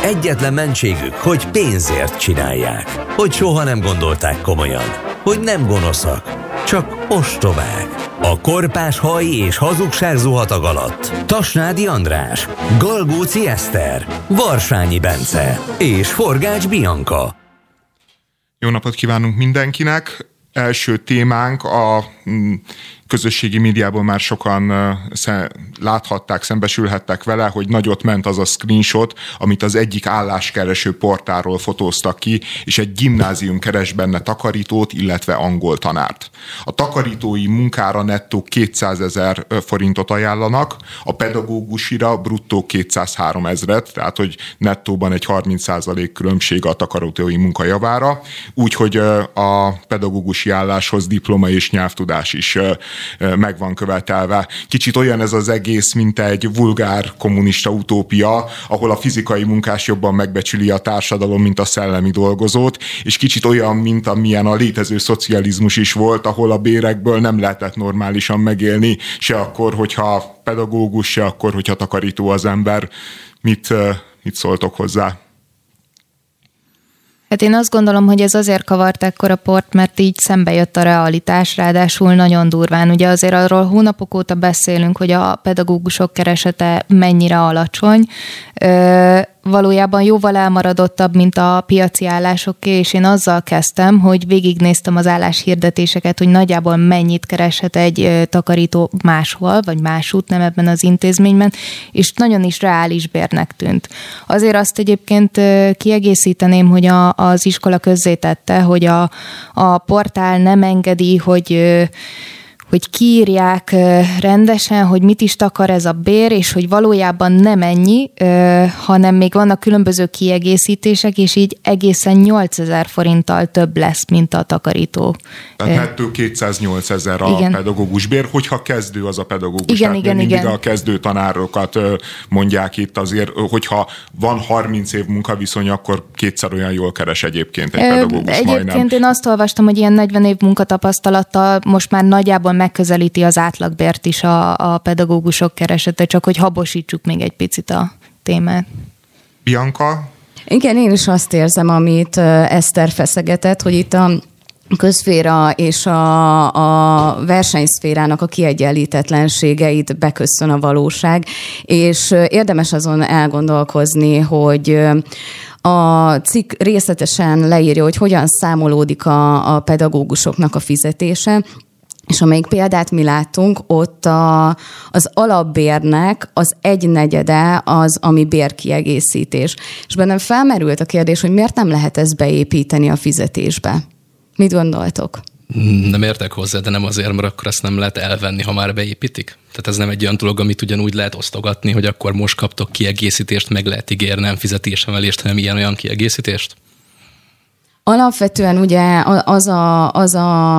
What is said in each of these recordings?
Egyetlen mentségük, hogy pénzért csinálják. Hogy soha nem gondolták komolyan. Hogy nem gonoszak, csak ostobák. A korpás haj és hazugság zuhatag alatt Tasnádi András, Galgóci Eszter, Varsányi Bence és Forgács Bianca. Jó napot kívánunk mindenkinek! Első témánk a közösségi médiában már sokan láthatták, szembesülhettek vele, hogy nagyot ment az a screenshot, amit az egyik álláskereső portálról fotóztak ki, és egy gimnázium keres benne takarítót, illetve angol tanárt. A takarítói munkára nettó 200 000 forintot ajánlanak, a pedagógusira bruttó 203 000, tehát hogy nettóban egy 30% különbség a takarítói munka javára, úgyhogy a pedagógusi álláshoz diploma és nyelvtudás is meg van követelve. Kicsit olyan ez az egész, mint egy vulgár kommunista utópia, ahol a fizikai munkás jobban megbecsüli a társadalom, mint a szellemi dolgozót, és kicsit olyan, mint amilyen a létező szocializmus is volt, ahol a bérekből nem lehetett normálisan megélni, se akkor, hogyha pedagógus, se akkor, hogyha takarító az ember. Mit szóltok hozzá? Hát én azt gondolom, hogy ez azért kavart ekkora port, mert így szembe jött a realitás, ráadásul nagyon durván. Ugye azért arról hónapok óta beszélünk, hogy a pedagógusok keresete mennyire alacsony. Valójában jóval elmaradottabb, mint a piaci állásoké, és én azzal kezdtem, hogy végignéztem az álláshirdetéseket, hogy nagyjából mennyit kereshet egy takarító máshol, vagy másút, nem ebben az intézményben, és nagyon is reális bérnek tűnt. Azért azt egyébként kiegészíteném, hogy az iskola közzétette, hogy a portál nem engedi, hogy kiírják rendesen, hogy mit is takar ez a bér, és hogy valójában nem ennyi, hanem még vannak különböző kiegészítések, és így egészen 8000 forinttal több lesz, mint a takarító. Tehát nettó 208 000 a pedagógus bér, hogyha kezdő az a pedagógus. Igen. Mindig a kezdő tanárokat mondják itt azért, hogyha van 30 év munkaviszony, akkor kétszer olyan jól keres egyébként egy pedagógus egyébként majdnem. Én azt olvastam, hogy ilyen 40 év munkatapasztalattal most már nagyjából megközelíti az átlagbért is a pedagógusok keresete, csak hogy habosítsuk még egy picit a témát. Bianca? Igen, én is azt érzem, amit Eszter feszegetett, hogy itt a közszféra és a versenyszférának a kiegyenlítetlenségeit beköszön a valóság, és érdemes azon elgondolkozni, hogy a cikk részletesen leírja, hogy hogyan számolódik a pedagógusoknak a fizetése, és amelyik példát mi láttunk, ott az alapbérnek az 1/4 az, ami bérkiegészítés. És bennem felmerült a kérdés, hogy miért nem lehet ezt beépíteni a fizetésbe? Mit gondoltok? Nem értek hozzá, de nem azért, mert akkor ezt nem lehet elvenni, ha már beépítik. Tehát ez nem egy olyan dolog, amit ugyanúgy lehet osztogatni, hogy akkor most kaptok kiegészítést, meg lehet ígérni, nem fizetésemelést, hanem ilyen-olyan kiegészítést? Alapvetően ugye az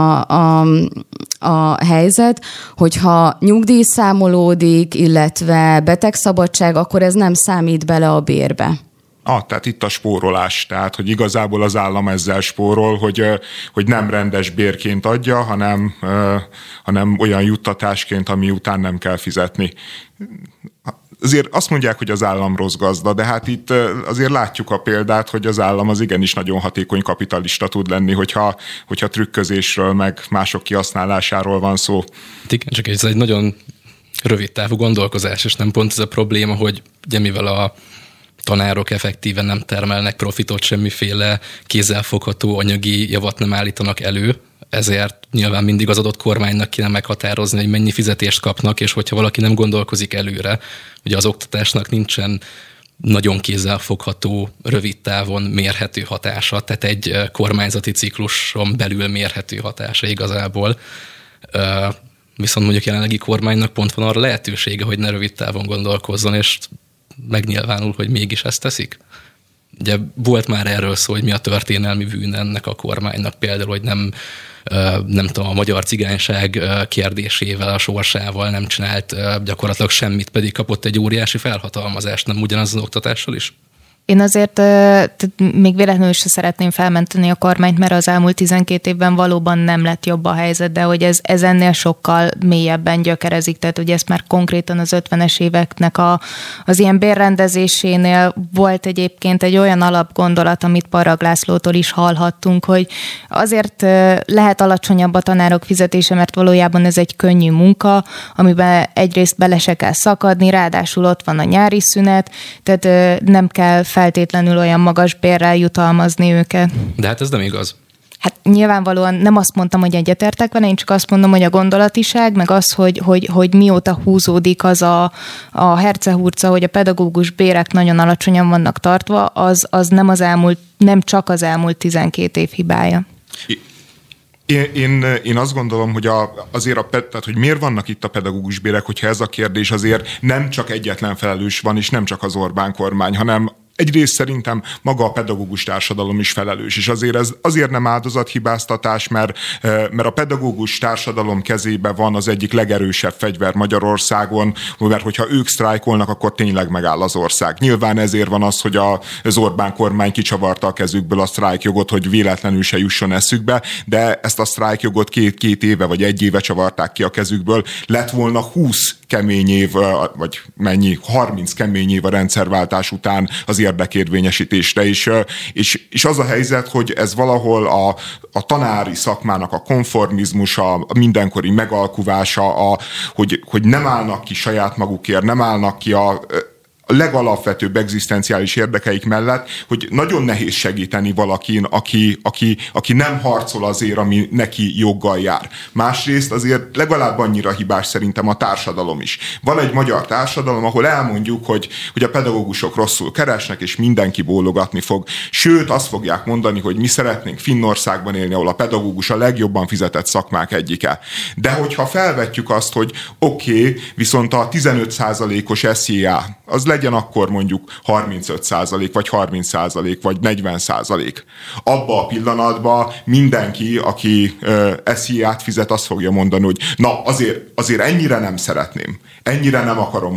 a helyzet, hogyha nyugdíj számolódik, illetve betegszabadság, akkor ez nem számít bele a bérbe. Tehát itt a spórolás, tehát hogy igazából az állam ezzel spórol, hogy nem rendes bérként adja, hanem olyan juttatásként, ami után nem kell fizetni. Azért azt mondják, hogy az állam rossz gazda, de hát itt azért látjuk a példát, hogy az állam az igenis nagyon hatékony kapitalista tud lenni, hogyha trükközésről, meg mások kihasználásáról van szó. Igen, csak ez egy nagyon rövid távú gondolkozás, és nem pont ez a probléma, hogy ugye mivel a tanárok effektíven nem termelnek profitot, semmiféle kézzelfogható anyagi javat nem állítanak elő, ezért nyilván mindig az adott kormánynak kéne meghatározni, hogy mennyi fizetést kapnak, és hogyha valaki nem gondolkozik előre, ugye az oktatásnak nincsen nagyon kézzelfogható, rövid távon mérhető hatása, tehát egy kormányzati cikluson belül mérhető hatása igazából. Viszont mondjuk jelenlegi kormánynak pont van arra lehetősége, hogy ne rövid távon gondolkozzon, és megnyilvánul, hogy mégis ezt teszik. Ugye volt már erről szó, hogy mi a történelmi bűn ennek a kormánynak, például, hogy nem tudom, a magyar cigányság kérdésével, a sorsával nem csinált gyakorlatilag semmit, pedig kapott egy óriási felhatalmazást, nem ugyanaz az oktatással is? Én azért még véletlenül se szeretném felmenteni a kormányt, mert az elmúlt 12 évben valóban nem lett jobb a helyzet, de hogy ez ennél sokkal mélyebben gyökerezik, tehát ugye ezt már konkrétan az 50-es éveknek az ilyen bérrendezésénél volt egyébként egy olyan alapgondolat, amit Parrag Lászlótól is hallhattunk, hogy azért lehet alacsonyabb a tanárok fizetése, mert valójában ez egy könnyű munka, amiben egyrészt bele se kell szakadni, ráadásul ott van a nyári szünet, tehát nem kell feltétlenül olyan magas bérrel jutalmazni őket. De hát ez nem igaz. Hát nyilvánvalóan nem azt mondtam, hogy egyetértek vele, én csak azt mondom, hogy a gondolatiság, meg az, hogy mióta húzódik az a hercehurca, hogy a pedagógus bérek nagyon alacsonyan vannak tartva, az nem csak az elmúlt 12 év hibája. Én azt gondolom, hogy tehát, hogy miért vannak itt a pedagógus bérek, hogyha ez a kérdés, azért nem csak egyetlen felelős van, és nem csak az Orbán kormány, hanem egyrészt szerintem maga a pedagógus társadalom is felelős, és azért nem áldozathibáztatás, mert a pedagógus társadalom kezébe van az egyik legerősebb fegyver Magyarországon, mert hogyha ők sztrájkolnak, akkor tényleg megáll az ország. Nyilván ezért van az, hogy az Orbán kormány kicsavarta a kezükből a sztrájkjogot, hogy véletlenül se jusson eszükbe, de ezt a sztrájkjogot két éve vagy egy éve csavarták ki a kezükből. Lett volna 20 kemény év, vagy 30 kemény év a rendszerváltás után az érdekérvényesítésre is. És az a helyzet, hogy ez valahol a tanári szakmának a konformizmusa, a mindenkori megalkuvása, hogy nem állnak ki saját magukért, nem állnak ki a legalapvetőbb egzisztenciális érdekeik mellett, hogy nagyon nehéz segíteni valakin, aki nem harcol azért, ami neki joggal jár. Másrészt azért legalább annyira hibás szerintem a társadalom is. Van egy magyar társadalom, ahol elmondjuk, hogy a pedagógusok rosszul keresnek, és mindenki bólogatni fog. Sőt, azt fogják mondani, hogy mi szeretnénk Finnországban élni, ahol a pedagógus a legjobban fizetett szakmák egyike. De hogyha felvetjük azt, hogy oké, viszont a 15%-os SZIA, az legyen akkor mondjuk 35% vagy 30% vagy 40%. Abba a pillanatban mindenki, aki SZIA-t fizet, azt fogja mondani, hogy na azért ennyire nem szeretném. Ennyire nem akarom,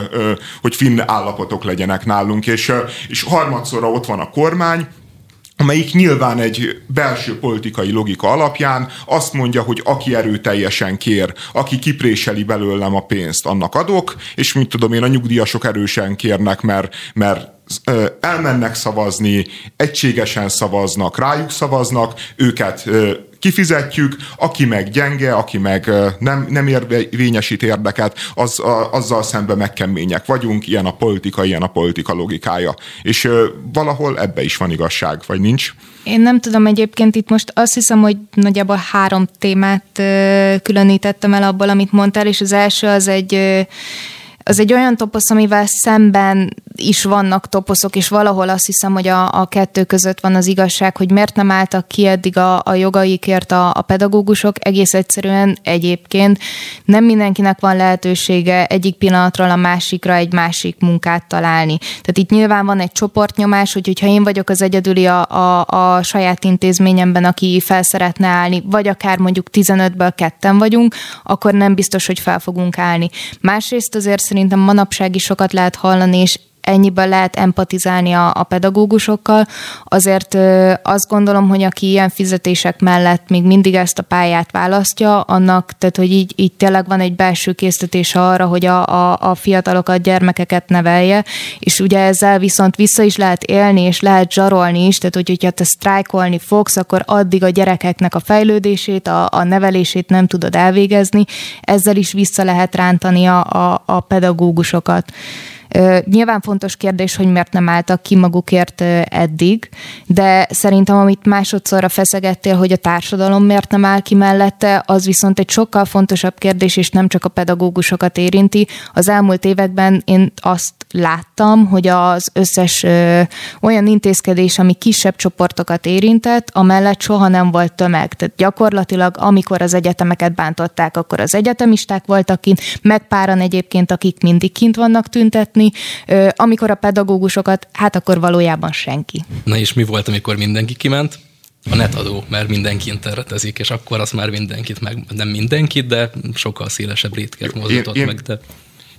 hogy finn állapotok legyenek nálunk, és harmadszorra ott van a kormány, amelyik nyilván egy belső politikai logika alapján azt mondja, hogy aki erőteljesen kér, aki kipréseli belőlem a pénzt, annak adok, és mit tudom én, a nyugdíjasok erősen kérnek, mert elmennek szavazni, egységesen szavaznak, rájuk szavaznak, őket kifizetjük, aki meg gyenge, aki meg nem érvényesít érdeket, azzal szemben megkemények vagyunk, ilyen a politika logikája. És valahol ebbe is van igazság, vagy nincs? Én nem tudom, egyébként itt most azt hiszem, hogy nagyjából 3 témát különítettem el abból, amit mondtál, és az első az egy olyan toposz, amivel szemben is vannak toposzok, és valahol azt hiszem, hogy a kettő között van az igazság, hogy miért nem álltak ki eddig a jogaikért a pedagógusok. Egész egyszerűen egyébként nem mindenkinek van lehetősége egyik pillanatról a másikra egy másik munkát találni. Tehát itt nyilván van egy csoportnyomás, hogyha én vagyok az egyedüli a saját intézményemben, aki fel szeretne állni, vagy akár mondjuk 15-ből 2-en vagyunk, akkor nem biztos, hogy fel fogunk állni. Másrészt azért szerintem manapság is sokat lehet hallani, és ennyiben lehet empatizálni a pedagógusokkal. Azért azt gondolom, hogy aki ilyen fizetések mellett még mindig ezt a pályát választja, annak, tehát hogy így tényleg van egy belső késztetése arra, hogy a fiatalokat, gyermekeket nevelje, és ugye ezzel viszont vissza is lehet élni, és lehet zsarolni is, tehát hogyha te sztrájkolni fogsz, akkor addig a gyerekeknek a fejlődését, a nevelését nem tudod elvégezni, ezzel is vissza lehet rántani a pedagógusokat. Nyilván fontos kérdés, hogy miért nem álltak ki magukért eddig, de szerintem amit másodszorra feszegettél, hogy a társadalom miért nem áll ki mellette, az viszont egy sokkal fontosabb kérdés, és nem csak a pedagógusokat érinti. Az elmúlt években én azt láttam, hogy az összes olyan intézkedés, ami kisebb csoportokat érintett, amellett soha nem volt tömeg. Tehát gyakorlatilag, amikor az egyetemeket bántották, akkor az egyetemisták voltak kint, meg páran egyébként, akik mindig kint vannak tüntetni, amikor a pedagógusokat, hát akkor valójában senki. Na és mi volt, amikor mindenki kiment? A netadó, mert mindenki internetezik, és akkor az már mindenkit, meg nem mindenkit, de sokkal szélesebb réteget mozdított meg. De...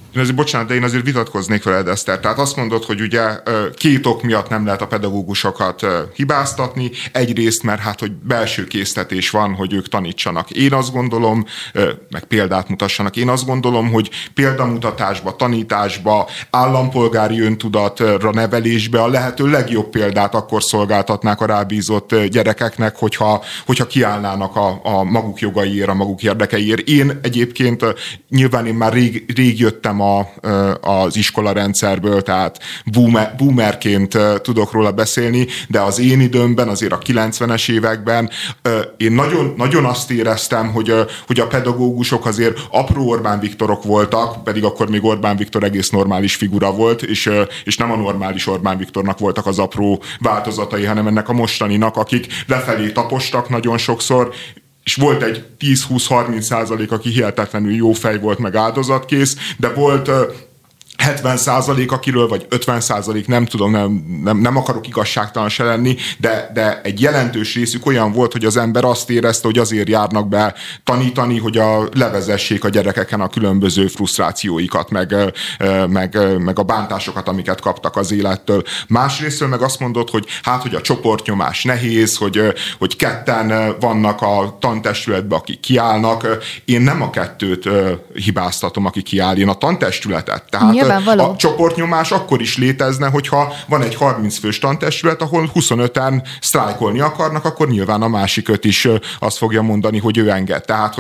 Bocsánat, de én azért vitatkoznék veled, Eszter. Tehát azt mondod, hogy ugye két ok miatt nem lehet a pedagógusokat hibáztatni. Egyrészt, mert hát, hogy belső késztetés van, hogy ők tanítsanak. Én azt gondolom, meg példát mutassanak. Én azt gondolom, hogy példamutatásba, tanításba, állampolgári öntudatra nevelésbe a lehető legjobb példát akkor szolgáltatnák a rábízott gyerekeknek, hogyha kiállnának a maguk jogaiért, a maguk érdekeiért. Én egyébként nyilván én már rég jöttem az iskolarendszerből, tehát boomerként tudok róla beszélni, de az én időmben, azért a 90-es években én nagyon, nagyon azt éreztem, hogy a pedagógusok azért apró Orbán Viktorok voltak, pedig akkor még Orbán Viktor egész normális figura volt, és nem a normális Orbán Viktornak voltak az apró változatai, hanem ennek a mostaninak, akik lefelé tapostak nagyon sokszor, és volt egy 10-20-30%, aki hihetetlenül jó fej volt, meg áldozatkész, de volt 70%, akiről, vagy 50%, nem tudom, nem akarok igazságtalan se lenni, de egy jelentős részük olyan volt, hogy az ember azt érezte, hogy azért járnak be tanítani, hogy levezessék a gyerekeken a különböző frusztrációikat, meg a bántásokat, amiket kaptak az élettől. Másrésztől meg azt mondod, hogy hogy a csoportnyomás nehéz, hogy ketten vannak a tantestületben, akik kiállnak. Én nem a kettőt hibáztatom, aki kiáll, én a tantestületet. Tehát a csoportnyomás akkor is létezne, hogyha van egy 30 fős tantestület, ahol 25-en sztrájkolni akarnak, akkor nyilván a másik 5 is azt fogja mondani, hogy ő enged. Tehát,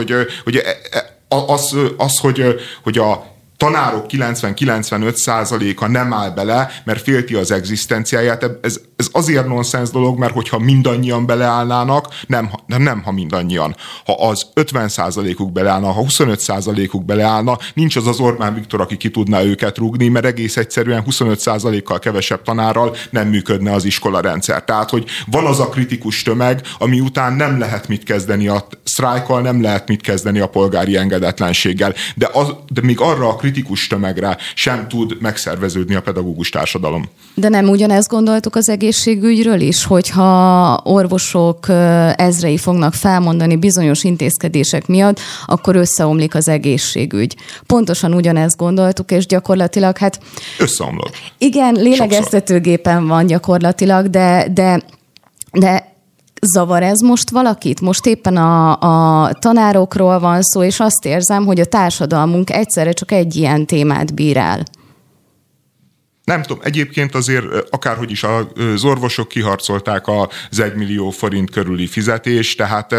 hogy a tanárok 90-95%-a nem áll bele, mert félti az egzisztenciáját. Ez azért nonsens dolog, mert hogyha mindannyian beleállnának, nem ha mindannyian. Ha az 50%-uk beleállna, ha 25%-uk beleállna, nincs az Orbán Viktor, aki ki tudná őket rúgni, mert egész egyszerűen 25%-kal kevesebb tanárral nem működne az iskolarendszer. Tehát, hogy van az a kritikus tömeg, ami után nem lehet mit kezdeni a sztrájkkal, nem lehet mit kezdeni a polgári engedetlenséggel. De még arra a kritikus tömegre sem tud megszerveződni a pedagógus társadalom. De nem ugyanezt gondoltuk az egészségügyről is, hogyha orvosok ezrei fognak felmondani bizonyos intézkedések miatt, akkor összeomlik az egészségügy. Pontosan ugyanezt gondoltuk, és gyakorlatilag összeomlott. Igen, lélegeztetőgépen van gyakorlatilag, de zavar ez most valakit? Most éppen a tanárokról van szó, és azt érzem, hogy a társadalmunk egyszerre csak egy ilyen témát bír el. Nem tudom, egyébként azért akárhogy is az orvosok kiharcolták az 1 millió forint körüli fizetést, tehát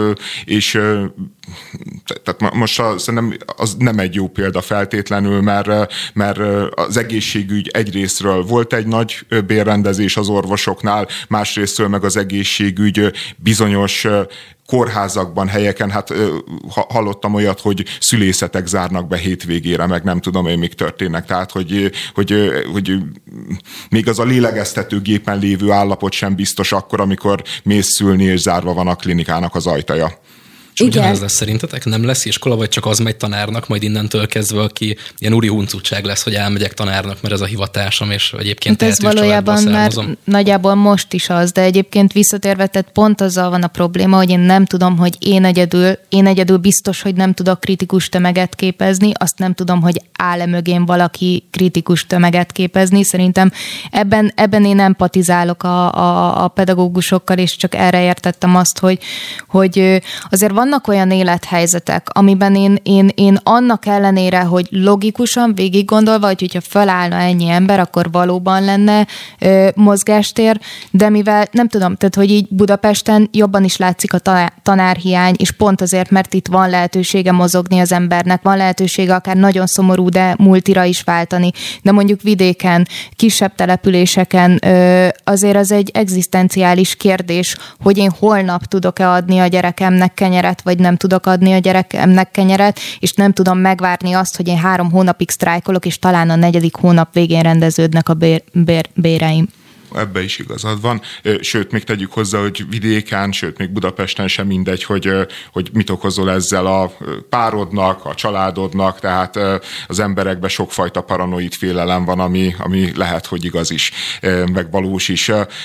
most szerintem az nem egy jó példa feltétlenül, mert az egészségügy egyrésztről volt egy nagy bérrendezés az orvosoknál, másrésztről meg az egészségügy bizonyos kórházakban, helyeken, hallottam olyat, hogy szülészetek zárnak be hétvégére, meg nem tudom én, mik történnek. Tehát, hogy még az a lélegeztetőgépen lévő állapot sem biztos akkor, amikor mész szülni, és zárva van a klinikának az ajtaja. És ugyanez lesz szerintetek? Nem lesz iskola, vagy csak az megy tanárnak, majd innentől kezdve, aki ilyen úri huncutság lesz, hogy elmegyek tanárnak, mert ez a hivatásom, és egyébként tehetős családból származom. Már nagyjából most is az, de egyébként visszatérve, tehát pont azzal van a probléma, hogy én nem tudom, hogy én egyedül biztos, hogy nem tudok kritikus tömeget képezni, azt nem tudom, hogy áll-e mögén valaki kritikus tömeget képezni. Szerintem ebben én empatizálok a pedagógusokkal, és csak erre értettem azt, hogy azért vannak olyan élethelyzetek, amiben én annak ellenére, hogy logikusan végig gondolva, hogyha felállna ennyi ember, akkor valóban lenne mozgástér, de mivel nem tudom, tehát hogy így Budapesten jobban is látszik a tanárhiány, és pont azért, mert itt van lehetősége mozogni az embernek, van lehetősége akár nagyon szomorú, de multira is váltani, de mondjuk vidéken, kisebb településeken azért az egy egzisztenciális kérdés, hogy én holnap tudok-e adni a gyerekemnek kenyeret, vagy nem tudok adni a gyerekemnek kenyeret, és nem tudom megvárni azt, hogy én 3 hónapig sztrájkolok, és talán a 4. hónap végén rendeződnek a béreim. Ebbe is igazad van. Sőt, még tegyük hozzá, hogy vidéken, sőt, még Budapesten sem mindegy, hogy mit okozol ezzel a párodnak, a családodnak, tehát az emberekben sokfajta paranoid félelem van, ami lehet, hogy igaz is, meg valós is.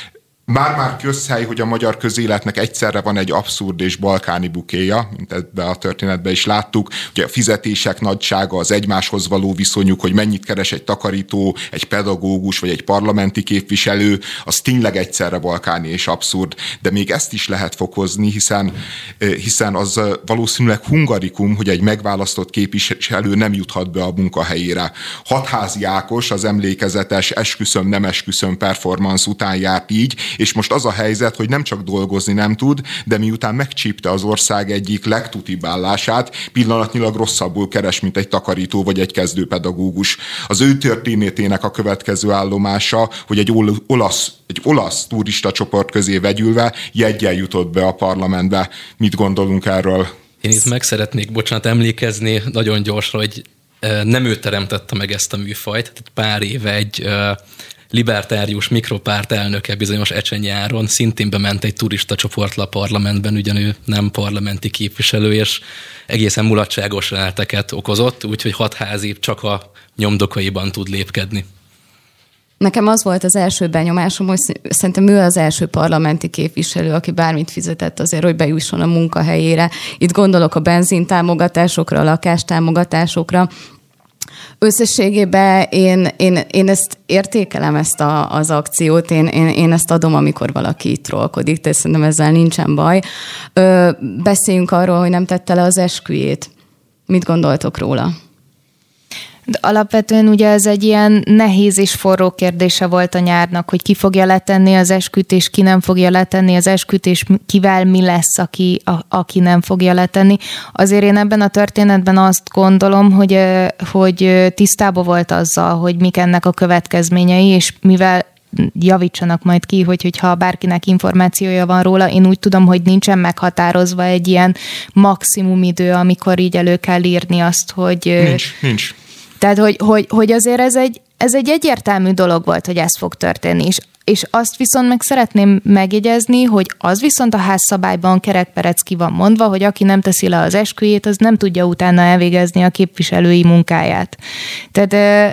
már közhely, hogy a magyar közéletnek egyszerre van egy abszurd és balkáni bukéja, mint ebben a történetben is láttuk. Ugye a fizetések nagysága, az egymáshoz való viszonyuk, hogy mennyit keres egy takarító, egy pedagógus vagy egy parlamenti képviselő, az tényleg egyszerre balkáni és abszurd, de még ezt is lehet fokozni, hiszen az valószínűleg hungarikum, hogy egy megválasztott képviselő nem juthat be a munkahelyére. Hatházi Ákos az emlékezetes esküszöm, nem esküszöm performance után járt így, és most az a helyzet, hogy nem csak dolgozni nem tud, de miután megcsípte az ország egyik legtutibb állását, pillanatnyilag rosszabbul keres, mint egy takarító vagy egy kezdőpedagógus. Az ő történetének a következő állomása, hogy egy olasz turista csoport közé vegyülve jeggyel jutott be a parlamentbe. Mit gondolunk erről? Én itt meg szeretnék, emlékezni nagyon gyorsra, hogy nem ő teremtette meg ezt a műfajt. Tehát pár éve egy libertárius mikropárt elnöke, bizonyos Ecsenyi Áron szintén bement egy turista csoportla a parlamentben, ugyanő nem parlamenti képviselő, és egészen mulatságos jeleneteket okozott, úgyhogy Hatházi csak a nyomdokaiban tud lépkedni. Nekem az volt az első benyomásom, hogy szerintem ő az első parlamenti képviselő, aki bármit fizetett azért, hogy bejusson a munkahelyére. Itt gondolok a benzintámogatásokra, a lakástámogatásokra. Összességében én ezt értékelem, ezt az akciót, én ezt adom, amikor valaki trollkodik, de szerintem ezzel nincsen baj. Beszéljünk arról, hogy nem tette le az esküjét. Mit gondoltok róla? De alapvetően ugye ez egy ilyen nehéz és forró kérdése volt a nyárnak, hogy ki fogja letenni az esküt, és ki nem fogja letenni az esküt, és kivel mi lesz, aki nem fogja letenni. Azért én ebben a történetben azt gondolom, hogy tisztában volt azzal, hogy mik ennek a következményei, és mivel javítsanak majd ki, hogyha bárkinek információja van róla. Én úgy tudom, hogy nincsen meghatározva egy ilyen maximum idő, amikor így elő kell írni azt, hogy... Nincs. Tehát, hogy azért ez egy egyértelmű dolog volt, hogy ez fog történni is. És azt viszont meg szeretném megjegyezni, hogy az viszont a házszabályban kerekperec ki van mondva, hogy aki nem teszi le az esküjét, az nem tudja utána elvégezni a képviselői munkáját. Tehát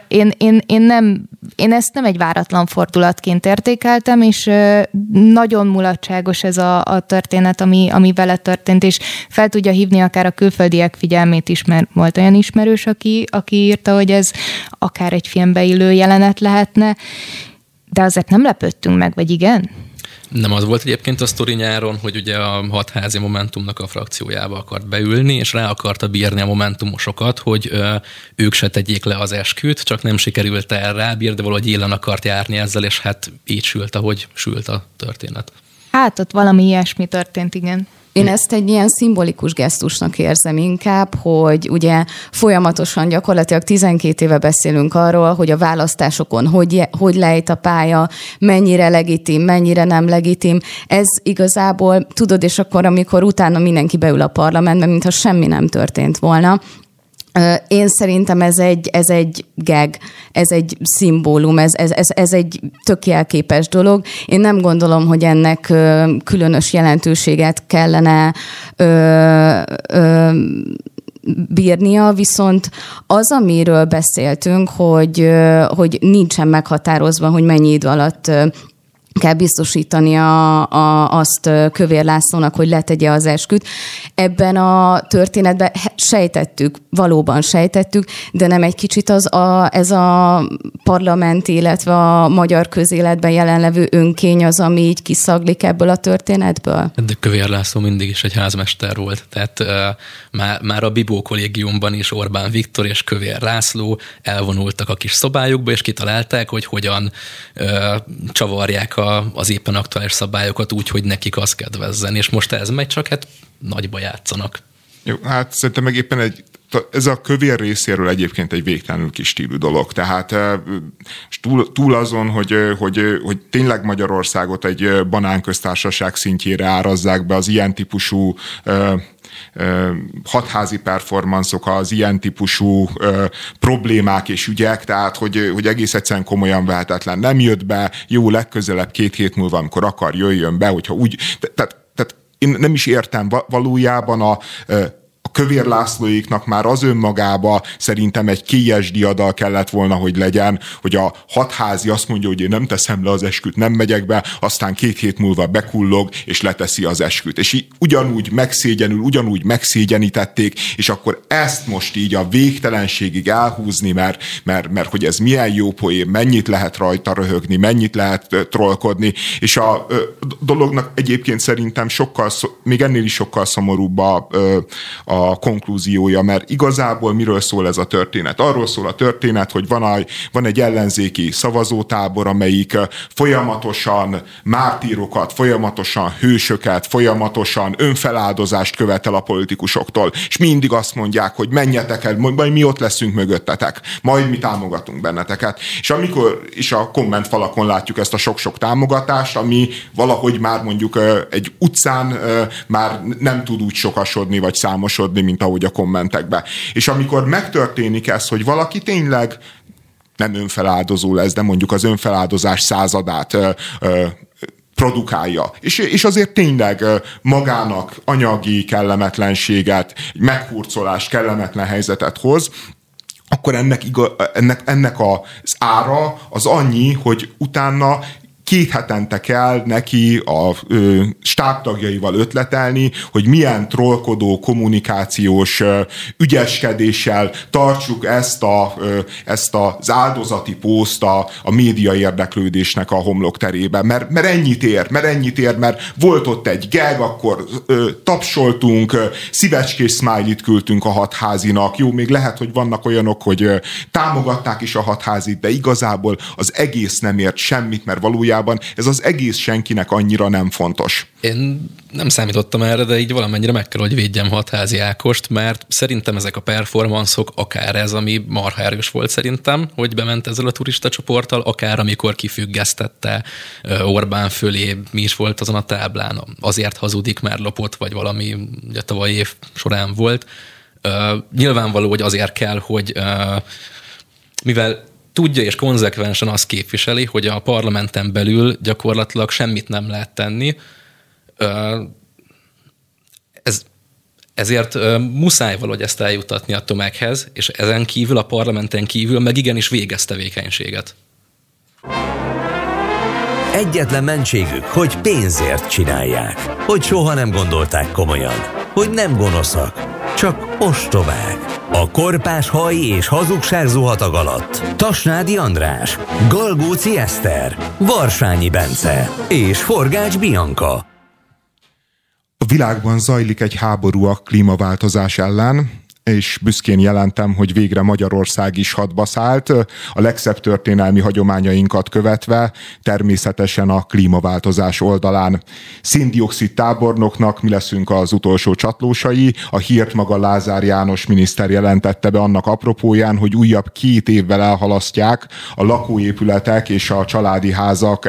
én ezt nem egy váratlan fordulatként értékeltem, és nagyon mulatságos ez a történet, ami vele történt, és fel tudja hívni akár a külföldiek figyelmét is, mert volt olyan ismerős, aki írta, hogy ez akár egy filmbe illő jelenet lehetne. De azért nem lepődtünk meg, vagy igen? Nem az volt egyébként a sztori nyáron, hogy ugye a Hatházi Momentumnak a frakciójába akart beülni, és rá akarta bírni a momentumosokat, hogy ők se tegyék le az esküt, csak nem sikerült el rábírni, de valahogy élen akart járni ezzel, és hát így sült, ahogy sült a történet. Hát ott valami ilyesmi történt, igen. Én ezt egy ilyen szimbolikus gesztusnak érzem inkább, hogy ugye folyamatosan gyakorlatilag 12 éve beszélünk arról, hogy a választásokon hogy lejt a pálya, mennyire legitim, mennyire nem legitim. Ez igazából, tudod, és akkor amikor utána mindenki beül a parlamentbe, mintha semmi nem történt volna. Én szerintem ez egy gag, ez egy szimbólum, ez egy tök jelképes dolog. Én nem gondolom, hogy ennek különös jelentőséget kellene bírnia, viszont az, amiről beszéltünk, hogy nincsen meghatározva, hogy mennyi idő alatt kell biztosítani azt Kövér Lászlónak, hogy letegye az esküt. Ebben a történetben valóban sejtettük, de nem egy kicsit ez a parlament, illetve a magyar közéletben jelenlevő önkény az, ami így kiszaglik ebből a történetből? De Kövér László mindig is egy házmester volt. Tehát már a Bibó kollégiumban is Orbán Viktor és Kövér László elvonultak a kis szobájukba, és kitalálták, hogy hogyan csavarják az éppen aktuális szabályokat úgy, hogy nekik az kedvezzen. És most ez megy, csak hát nagyba játszanak. Jó, hát szerintem meg éppen ez a Kövér részéről egyébként egy végtelenül kis stílű dolog. Tehát túl azon, hogy tényleg Magyarországot egy banánköztársaság szintjére árazzák be az ilyen típusú hatházi performanszok, az ilyen típusú problémák és ügyek, tehát hogy egész egyszerűen komolyan vehetetlen. Nem jött be, jó, legközelebb 2 hét múlva, amikor akar, jöjjön be, hogyha úgy... Tehát én nem is értem valójában a Kövér Lászlóéknak már az önmagába szerintem egy kélyes diadal kellett volna, hogy legyen, hogy a hatházi azt mondja, hogy én nem teszem le az esküt, nem megyek be, aztán 2 hét múlva bekullog, és leteszi az esküt. És ugyanúgy megszégyenül, ugyanúgy megszégyenítették, és akkor ezt most így a végtelenségig elhúzni, mert hogy ez milyen jó poém, mennyit lehet rajta röhögni, mennyit lehet trollkodni, és a dolognak egyébként szerintem még ennél is sokkal szomorúbb a konklúziója, mert igazából miről szól ez a történet? Arról szól a történet, hogy van egy ellenzéki szavazótábor, amelyik folyamatosan mártírokat, folyamatosan hősöket, folyamatosan önfeláldozást követel a politikusoktól, és mindig azt mondják, hogy menjetek el, majd mi ott leszünk mögöttetek, majd mi támogatunk benneteket. És amikor is a kommentfalakon látjuk ezt a sok-sok támogatást, ami valahogy már mondjuk egy utcán már nem tud úgy sokasodni, vagy számosodni, mint ahogy a kommentekben. És amikor megtörténik ez, hogy valaki tényleg nem önfeláldozó lesz, de mondjuk az önfeláldozás századát produkálja. És azért tényleg magának anyagi kellemetlenséget, meghurcolást, kellemetlen helyzetet hoz, akkor ennek az ára az annyi, hogy utána 2 hetente kell neki a stábtagjaival ötletelni, hogy milyen trollkodó, kommunikációs ügyeskedéssel tartsuk ezt az áldozati pószt a média érdeklődésnek a homlokterébe. Mert ennyit ér, mert volt ott egy gag, akkor tapsoltunk, szívecskés smiley-t küldtünk a hatházinak. Jó, még lehet, hogy vannak olyanok, hogy támogatták is a hatházit, de igazából az egész nem ért semmit, mert valójában ez az egész senkinek annyira nem fontos. Én nem számítottam erre, de így valamennyire meg kell, hogy védjem Hatházi Ákost, mert szerintem ezek a performanszok, akár ez, ami marha erős volt szerintem, hogy bement ezzel a turista csoporttal, akár amikor kifüggesztette Orbán fölé, mi is volt azon a táblán, azért hazudik, mert lopott, vagy valami ugye tavaly év során volt. Nyilvánvaló, hogy azért kell, hogy mivel tudja és konzekvensen azt képviseli, hogy a parlamenten belül gyakorlatilag semmit nem lehet tenni. Ezért muszáj valahogy ezt eljutatni a tömeghez, és ezen kívül, a parlamenten kívül meg igenis végez tevékenységet. Egyetlen mentségük, hogy pénzért csinálják, hogy soha nem gondolták komolyan, hogy nem gonoszak, csak ostobák. A korpás haj és hazugság zuhatag alatt Tasnádi András, Galgóci Eszter, Varsányi Bence és Forgács Bianca. A világban zajlik egy háború a klímaváltozás ellen, és büszkén jelentem, hogy végre Magyarország is hadba szállt, a legszebb történelmi hagyományainkat követve, természetesen a klímaváltozás oldalán. Szén-dioxid tábornoknak mi leszünk az utolsó csatlósai, a hírt maga Lázár János miniszter jelentette be annak apropóján, hogy újabb 2 évvel elhalasztják a lakóépületek és a családi házak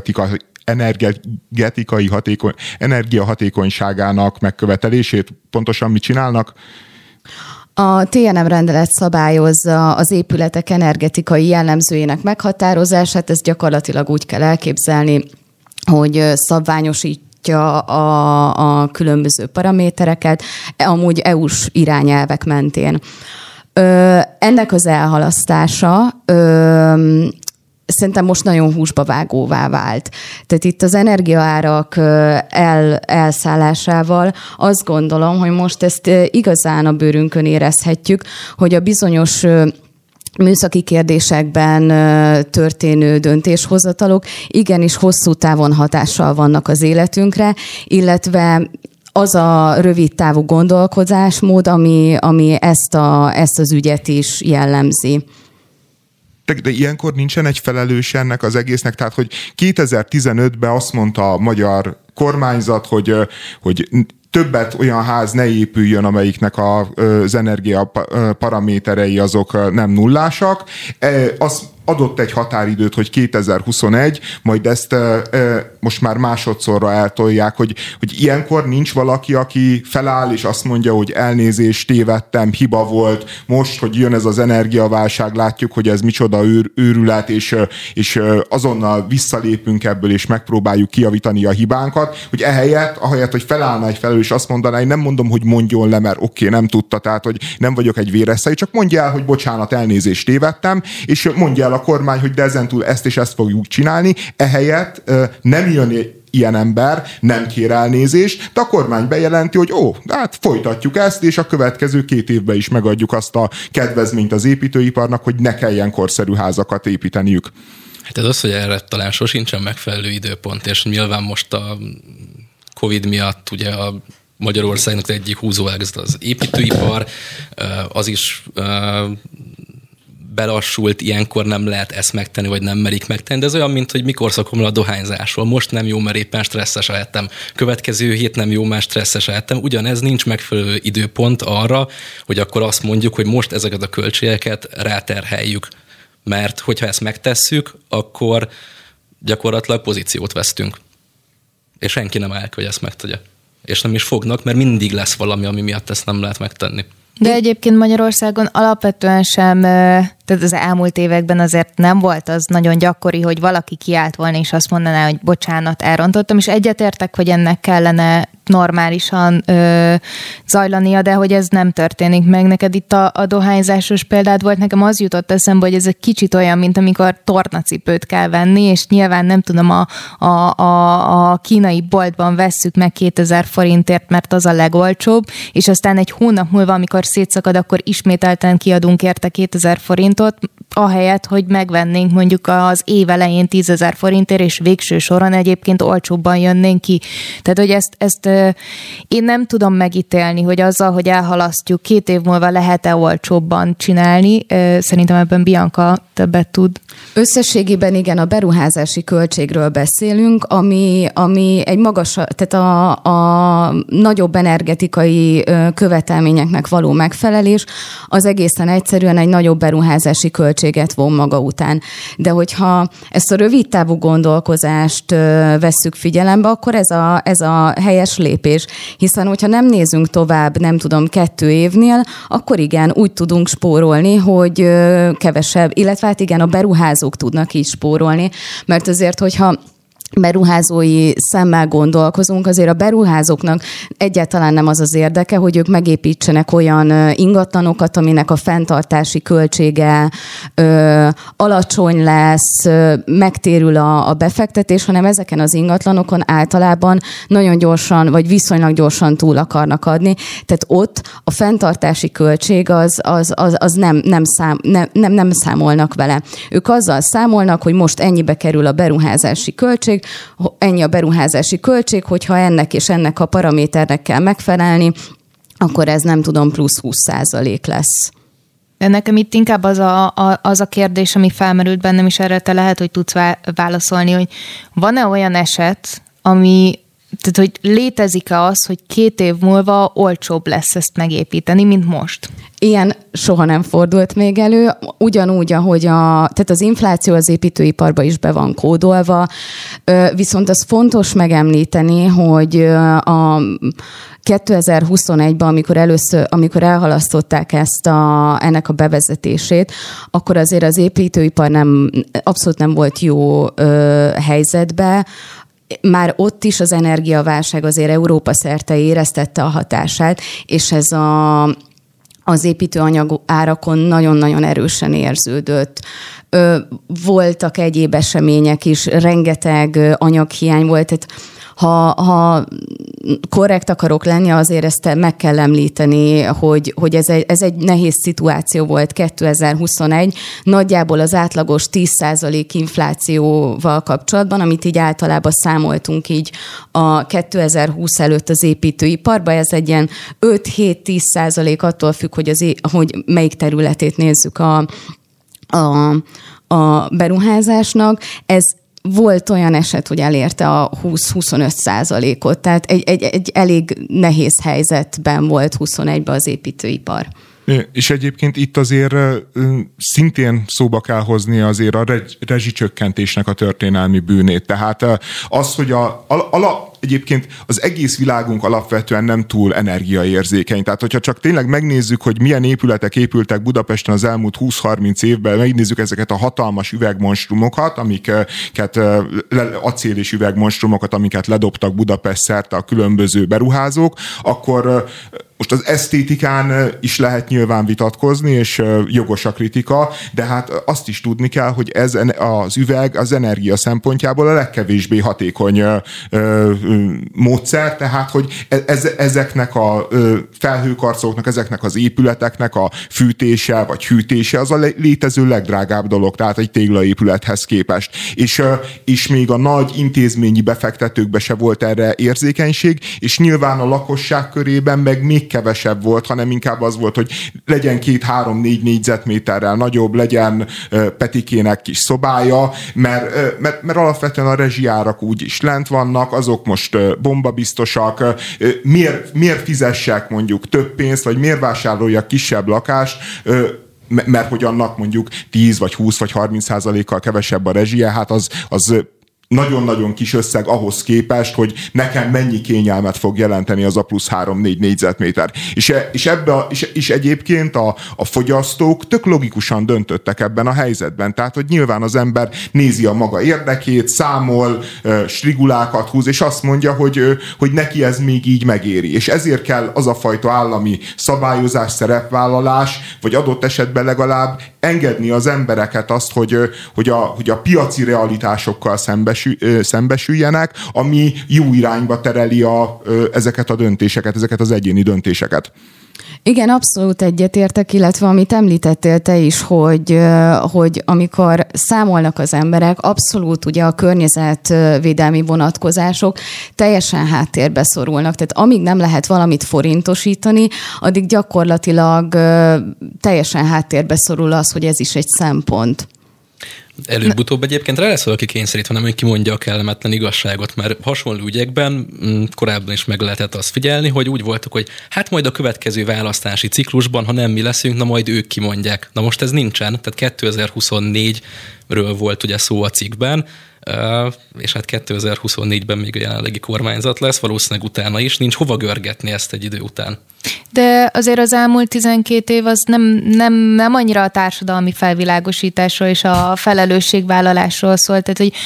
energiahatékonyságának megkövetelését. Pontosan mit csinálnak? A TNM rendelet szabályozza az épületek energetikai jellemzőjének meghatározását, ezt gyakorlatilag úgy kell elképzelni, hogy szabványosítja a különböző paramétereket, amúgy EU-s irányelvek mentén. Ennek az elhalasztása szerintem most nagyon húsba vágóvá vált. Tehát itt az energiaárak elszállásával azt gondolom, hogy most ezt igazán a bőrünkön érezhetjük, hogy a bizonyos műszaki kérdésekben történő döntéshozatalok igenis hosszú távon hatással vannak az életünkre, illetve az a rövid távú gondolkodásmód, ami ezt az ügyet is jellemzi. De ilyenkor nincsen egy felelős ennek az egésznek, tehát hogy 2015-ben azt mondta a magyar kormányzat, hogy többet olyan ház ne épüljön, amelyiknek az energia paraméterei azok nem nullásak. Az adott egy határidőt, hogy 2021, majd most már másodszorra eltolják, hogy ilyenkor nincs valaki, aki feláll és azt mondja, hogy elnézést, tévedtem, hiba volt, most, hogy jön ez az energiaválság, látjuk, hogy ez micsoda őrület, és azonnal visszalépünk ebből, és megpróbáljuk kijavítani a hibánkat, hogy ahelyett, hogy felállna egy felelős, és azt mondaná, én nem mondom, hogy mondjon le, mert oké, nem tudta, tehát, hogy nem vagyok egy véresszai, csak mondja el, hogy bocsánat, elnézést, tévedtem, és mondja el a kormány, hogy de ezentúl ezt és ezt fogjuk csinálni, ehelyett nem jön ilyen ember, nem kér elnézést, de a kormány bejelenti, hogy hát folytatjuk ezt, és a következő 2 évben is megadjuk azt a kedvezményt az építőiparnak, hogy ne kelljen korszerű házakat építeniük. Hát ez az, hogy erre talán sosincsen megfelelő időpont, és nyilván most a Covid miatt ugye a Magyarországnak egyik húzóágazat az építőipar, az is belassult, ilyenkor nem lehet ezt megtenni, vagy nem merik megtenni, de ez olyan, mint hogy mikor szakom le a dohányzásról. Most nem jó, mert éppen stresszes lehettem. Következő hét nem jó, mert stresszes lehettem. Ugyanez, nincs megfelelő időpont arra, hogy akkor azt mondjuk, hogy most ezeket a költségeket ráterheljük. Mert hogyha ezt megtesszük, akkor gyakorlatilag pozíciót vesztünk. És senki nem áll, hogy ezt megtegye. És nem is fognak, mert mindig lesz valami, ami miatt ezt nem lehet megtenni. De egyébként Magyarországon alapvetően sem, tehát az elmúlt években azért nem volt az nagyon gyakori, hogy valaki kiállt volna, és azt mondaná, hogy bocsánat, elrontottam, és egyetértek, hogy ennek kellene normálisan zajlania, de hogy ez nem történik meg. Neked itt a dohányzásos példád volt, nekem az jutott eszembe, hogy ez egy kicsit olyan, mint amikor tornacipőt kell venni, és nyilván nem tudom, a kínai boltban vesszük meg 2000 forintért, mert az a legolcsóbb, és aztán egy hónap múlva, amikor szétszakad, akkor ismételten kiadunk érte 2000 forintot, ahelyett, hogy megvennénk mondjuk az év elején 10 000 forintért, és végső soron egyébként olcsóbban jönnénk ki. Tehát, hogy ezt én nem tudom megítélni, hogy azzal, hogy elhalasztjuk, 2 év múlva lehet-e olcsóbban csinálni. Szerintem ebben Bianca többet tud. Összességében igen, a beruházási költségről beszélünk, ami egy magas, tehát a nagyobb energetikai követelményeknek való megfelelés, az egészen egyszerűen egy nagyobb beruházási költséget von maga után. De hogyha ezt a rövid távú gondolkozást vesszük figyelembe, akkor ez a helyes lépés. Hiszen, hogyha nem nézünk tovább, nem tudom, 2 évnél, akkor igen, úgy tudunk spórolni, hogy kevesebb, illetve hát igen, a beruházók tudnak így spórolni, mert azért, hogyha beruházói szemmel gondolkozunk, azért a beruházóknak egyáltalán nem az az érdeke, hogy ők megépítsenek olyan ingatlanokat, aminek a fenntartási költsége alacsony lesz, megtérül a befektetés, hanem ezeken az ingatlanokon általában nagyon gyorsan, vagy viszonylag gyorsan túl akarnak adni. Tehát ott a fenntartási költség az nem számolnak vele. Ők azzal számolnak, hogy most ennyibe kerül a beruházási költség, ennyi a beruházási költség, hogyha ennek és ennek a paraméternek kell megfelelni, akkor ez nem tudom, plusz 20% lesz. De nekem itt inkább az a kérdés, ami felmerült bennem, és erre te lehet, hogy tudsz válaszolni, hogy van-e olyan eset, tehát, hogy létezik-e az, hogy 2 év múlva olcsóbb lesz ezt megépíteni, mint most? Ilyen soha nem fordult még elő, ugyanúgy, ahogy tehát az infláció az építőiparban is be van kódolva, viszont az fontos megemlíteni, hogy a 2021-ben, amikor elhalasztották ennek a bevezetését, akkor azért az építőipar abszolút nem volt jó helyzetben. Már ott is az energiaválság azért Európa szerte éreztette a hatását, és ez az építőanyag árakon nagyon-nagyon erősen érződött. Voltak egyéb események is, rengeteg anyaghiány volt, tehát ha korrekt akarok lenni, azért ezt meg kell említeni, hogy ez egy nehéz szituáció volt 2021. Nagyjából az átlagos 10% inflációval kapcsolatban, amit így általában számoltunk így a 2020 előtt az építőiparban, ez egy ilyen 5-7-10% attól függ, hogy melyik területét nézzük a beruházásnak. Ez volt olyan eset, hogy elérte a 20-25%-ot, tehát egy elég nehéz helyzetben volt 21-ben az építőipar. És egyébként itt azért szintén szóba kell hozni azért a rezsicsökkentésnek a történelmi bűnét. Tehát az, hogy egyébként az egész világunk alapvetően nem túl energiaérzékeny. Tehát, hogyha csak tényleg megnézzük, hogy milyen épületek épültek Budapesten az elmúlt 20-30 évben, megnézzük ezeket a hatalmas üvegmonstrumokat, amiket acél és üvegmonstrumokat, amiket ledobtak Budapest szerte a különböző beruházók, akkor most az esztétikán is lehet nyilván vitatkozni, és jogos a kritika, de hát azt is tudni kell, hogy ez az üveg az energia szempontjából a legkevésbé hatékony módszer, tehát hogy ezeknek a felhőkarcolóknak, ezeknek az épületeknek a fűtése vagy hűtése az a létező legdrágább dolog, tehát egy téglaépülethez képest. És még a nagy intézményi befektetőkbe se volt erre érzékenység, és nyilván a lakosság körében meg még kevesebb volt, hanem inkább az volt, hogy legyen 2-3-4 négyzetméterrel nagyobb, legyen Petikének kis szobája, mert alapvetően a rezsiárak úgy is lent vannak, azok most bombabiztosak, miért fizessek mondjuk több pénzt, vagy miért vásároljak kisebb lakást, mert hogy annak mondjuk 10 vagy 20 vagy 30%-kal kevesebb a rezsie, hát az nagyon-nagyon kis összeg ahhoz képest, hogy nekem mennyi kényelmet fog jelenteni az a plusz 3-4 négyzetméter. És egyébként a fogyasztók tök logikusan döntöttek ebben a helyzetben. Tehát, hogy nyilván az ember nézi a maga érdekét, számol, strigulákat húz, és azt mondja, hogy neki ez még így megéri. És ezért kell az a fajta állami szabályozás, szerepvállalás, vagy adott esetben legalább engedni az embereket azt, hogy a piaci realitásokkal szembesüljenek, ami jó irányba tereli ezeket a döntéseket, ezeket az egyéni döntéseket. Igen, abszolút egyetértek, illetve amit említettél te is, hogy amikor számolnak az emberek, abszolút ugye a környezetvédelmi vonatkozások teljesen háttérbe szorulnak. Tehát amíg nem lehet valamit forintosítani, addig gyakorlatilag teljesen háttérbe szorul az, hogy ez is egy szempont. Előbb-utóbb egyébként rá lesz valaki kényszerítve, nem, hogy kimondja a kellemetlen igazságot, mert hasonló ügyekben korábban is meg lehetett azt figyelni, hogy úgy voltak, hogy hát majd a következő választási ciklusban, ha nem mi leszünk, na majd ők kimondják. Na most ez nincsen, tehát 2024-ről volt ugye szó a cikkben, és hát 2024-ben még a jelenlegi kormányzat lesz, valószínűleg utána is, nincs hova görgetni ezt egy idő után. De azért az elmúlt 12 év az nem annyira a társadalmi felvilágosításról és a felelősségvállalásról szólt. Tehát, hogy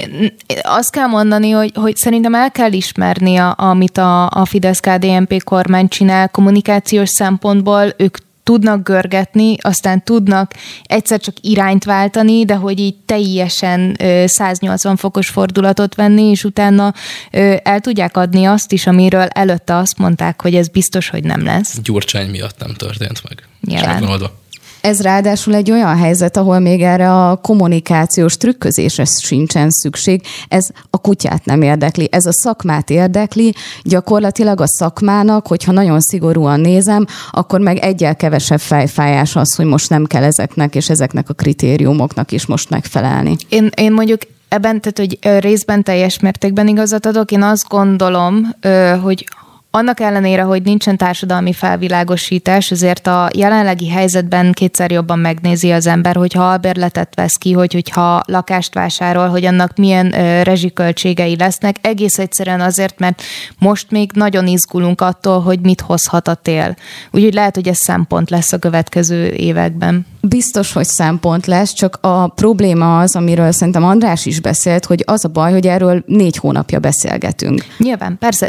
azt kell mondani, hogy szerintem el kell ismerni, amit a Fidesz-KDNP kormány csinál kommunikációs szempontból. Ők tudnak görgetni, aztán tudnak egyszer csak irányt váltani, de hogy így teljesen 180 fokos fordulatot venni, és utána el tudják adni azt is, amiről előtte azt mondták, hogy ez biztos, hogy nem lesz. Gyurcsány miatt nem történt meg. Nyilván. Ez ráadásul egy olyan helyzet, ahol még erre a kommunikációs trükközésre sincsen szükség. Ez a kutyát nem érdekli, ez a szakmát érdekli. Gyakorlatilag a szakmának, hogyha nagyon szigorúan nézem, akkor meg egyel kevesebb fejfájás az, hogy most nem kell ezeknek és ezeknek a kritériumoknak is most megfelelni. Én mondjuk ebben, tehát hogy részben teljes mértékben igazat adok, én azt gondolom, hogy annak ellenére, hogy nincsen társadalmi felvilágosítás, azért a jelenlegi helyzetben kétszer jobban megnézi az ember, hogyha albérletet vesz ki, hogyha lakást vásárol, hogy annak milyen rezsiköltségei lesznek. Egész egyszerűen azért, mert most még nagyon izgulunk attól, hogy mit hozhat a tél. Úgyhogy lehet, hogy ez szempont lesz a következő években. Biztos, hogy szempont lesz, csak a probléma az, amiről szerintem András is beszélt, hogy az a baj, hogy erről 4 hónapja beszélgetünk. Nyilván, persze,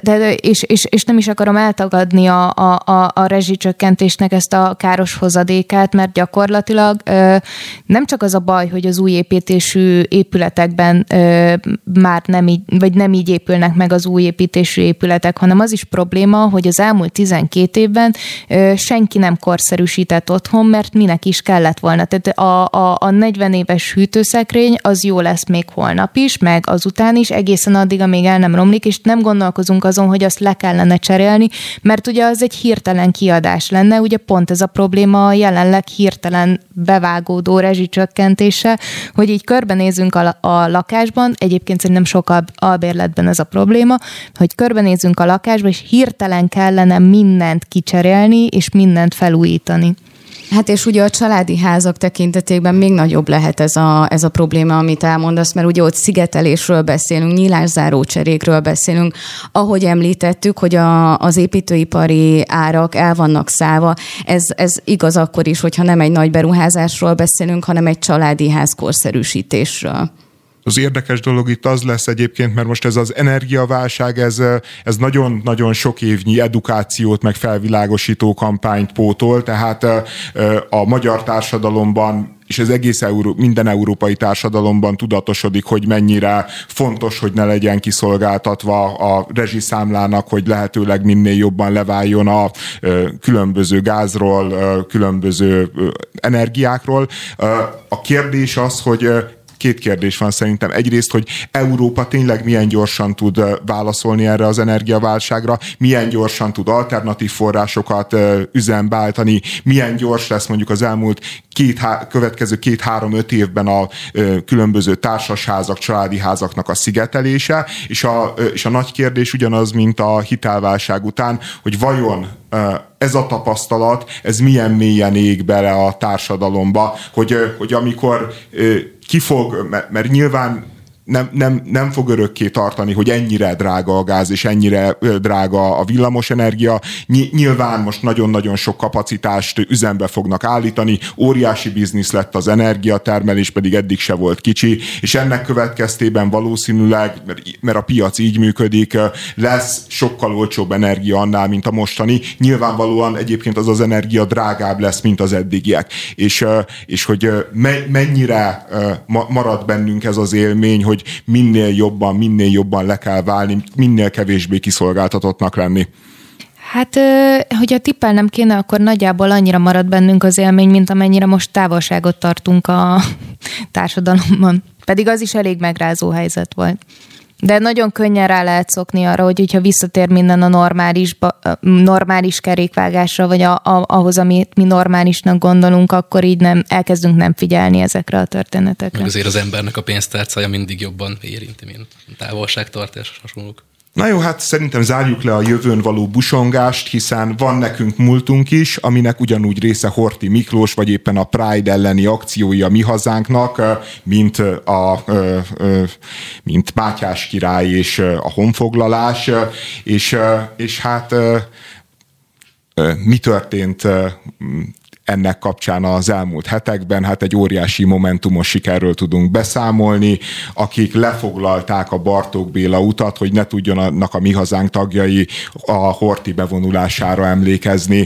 és nem is akarom eltagadni a rezsicsökkentésnek ezt a káros hozadékát, mert gyakorlatilag nem csak az a baj, hogy az új építésű épületekben már nem így épülnek meg az új építésű épületek, hanem az is probléma, hogy az elmúlt 12 évben senki nem korszerűsített otthon, mert minek is kellett volna. Tehát a 40 éves hűtőszekrény az jó lesz még holnap is, meg azután is, egészen addig, amíg el nem romlik, és nem gondolkozunk azon, hogy azt le kellene cserélni, mert ugye az egy hirtelen kiadás lenne, ugye pont ez a probléma a jelenleg hirtelen bevágódó rezsicsökkentése, hogy így körbenézünk a lakásban, egyébként szerintem sok albérletben ez a probléma, hogy körbenézünk a lakásban, és hirtelen kellene mindent kicserélni, és mindent felújítani. Hát és ugye a családi házak tekintetében még nagyobb lehet ez a probléma, amit elmondasz, mert ugye ott szigetelésről beszélünk, nyílászáró cserékről beszélünk. Ahogy említettük, hogy az építőipari árak el vannak szállva, ez igaz akkor is, hogyha nem egy nagy beruházásról beszélünk, hanem egy családi ház korszerűsítésről. Az érdekes dolog itt az lesz egyébként, mert most ez az energiaválság, ez nagyon-nagyon sok évnyi edukációt, meg felvilágosító kampányt pótol, tehát a magyar társadalomban és az egész minden európai társadalomban tudatosodik, hogy mennyire fontos, hogy ne legyen kiszolgáltatva a rezsiszámlának, hogy lehetőleg minél jobban leváljon a különböző gázról, különböző energiákról. A kérdés az, hogy két kérdés van szerintem. Egyrészt, hogy Európa tényleg milyen gyorsan tud válaszolni erre az energiaválságra, milyen gyorsan tud alternatív forrásokat üzembe állítani, milyen gyors lesz mondjuk az elmúlt következő 2-3-5 évben a különböző társasházak, családi házaknak a szigetelése, és a nagy kérdés ugyanaz, mint a hitelválság után, hogy vajon ez a tapasztalat, ez milyen mélyen ég bele a társadalomba, hogy amikor mert nyilván nem fog örökké tartani, hogy ennyire drága a gáz, és ennyire drága a villamosenergia. Nyilván most nagyon-nagyon sok kapacitást üzembe fognak állítani, óriási biznisz lett az energiatermelés, pedig eddig se volt kicsi, és ennek következtében valószínűleg, mert a piac így működik, lesz sokkal olcsóbb energia annál, mint a mostani. Nyilvánvalóan egyébként az energia drágább lesz, mint az eddigiek. És hogy mennyire marad bennünk ez az élmény, hogy minél jobban le kell válni, minél kevésbé kiszolgáltatottnak lenni. Hát, hogyha tippelnem kéne, akkor nagyjából annyira marad bennünk az élmény, mint amennyire most távolságot tartunk a társadalomban. Pedig az is elég megrázó helyzet volt. De nagyon könnyen rá lehet szokni arra, hogyha visszatér minden a normális kerékvágásra, vagy ahhoz, amit mi normálisnak gondolunk, akkor így elkezdünk nem figyelni ezekre a történetekre. Meg azért az embernek a pénztárcája mindig jobban érinti, mint távolságtartás hasonlók. Na jó, hát szerintem zárjuk le a jövőn való busongást, hiszen van nekünk múltunk is, aminek ugyanúgy része Horthy Miklós, vagy éppen a Pride elleni akciói a Mi Hazánknak, mint Mátyás király és a honfoglalás, és hát mi történt ennek kapcsán az elmúlt hetekben, hát egy óriási momentumos sikerről tudunk beszámolni, akik lefoglalták a Bartók Béla utat, hogy ne tudjanak a Mi Hazánk tagjai a Horthy bevonulására emlékezni.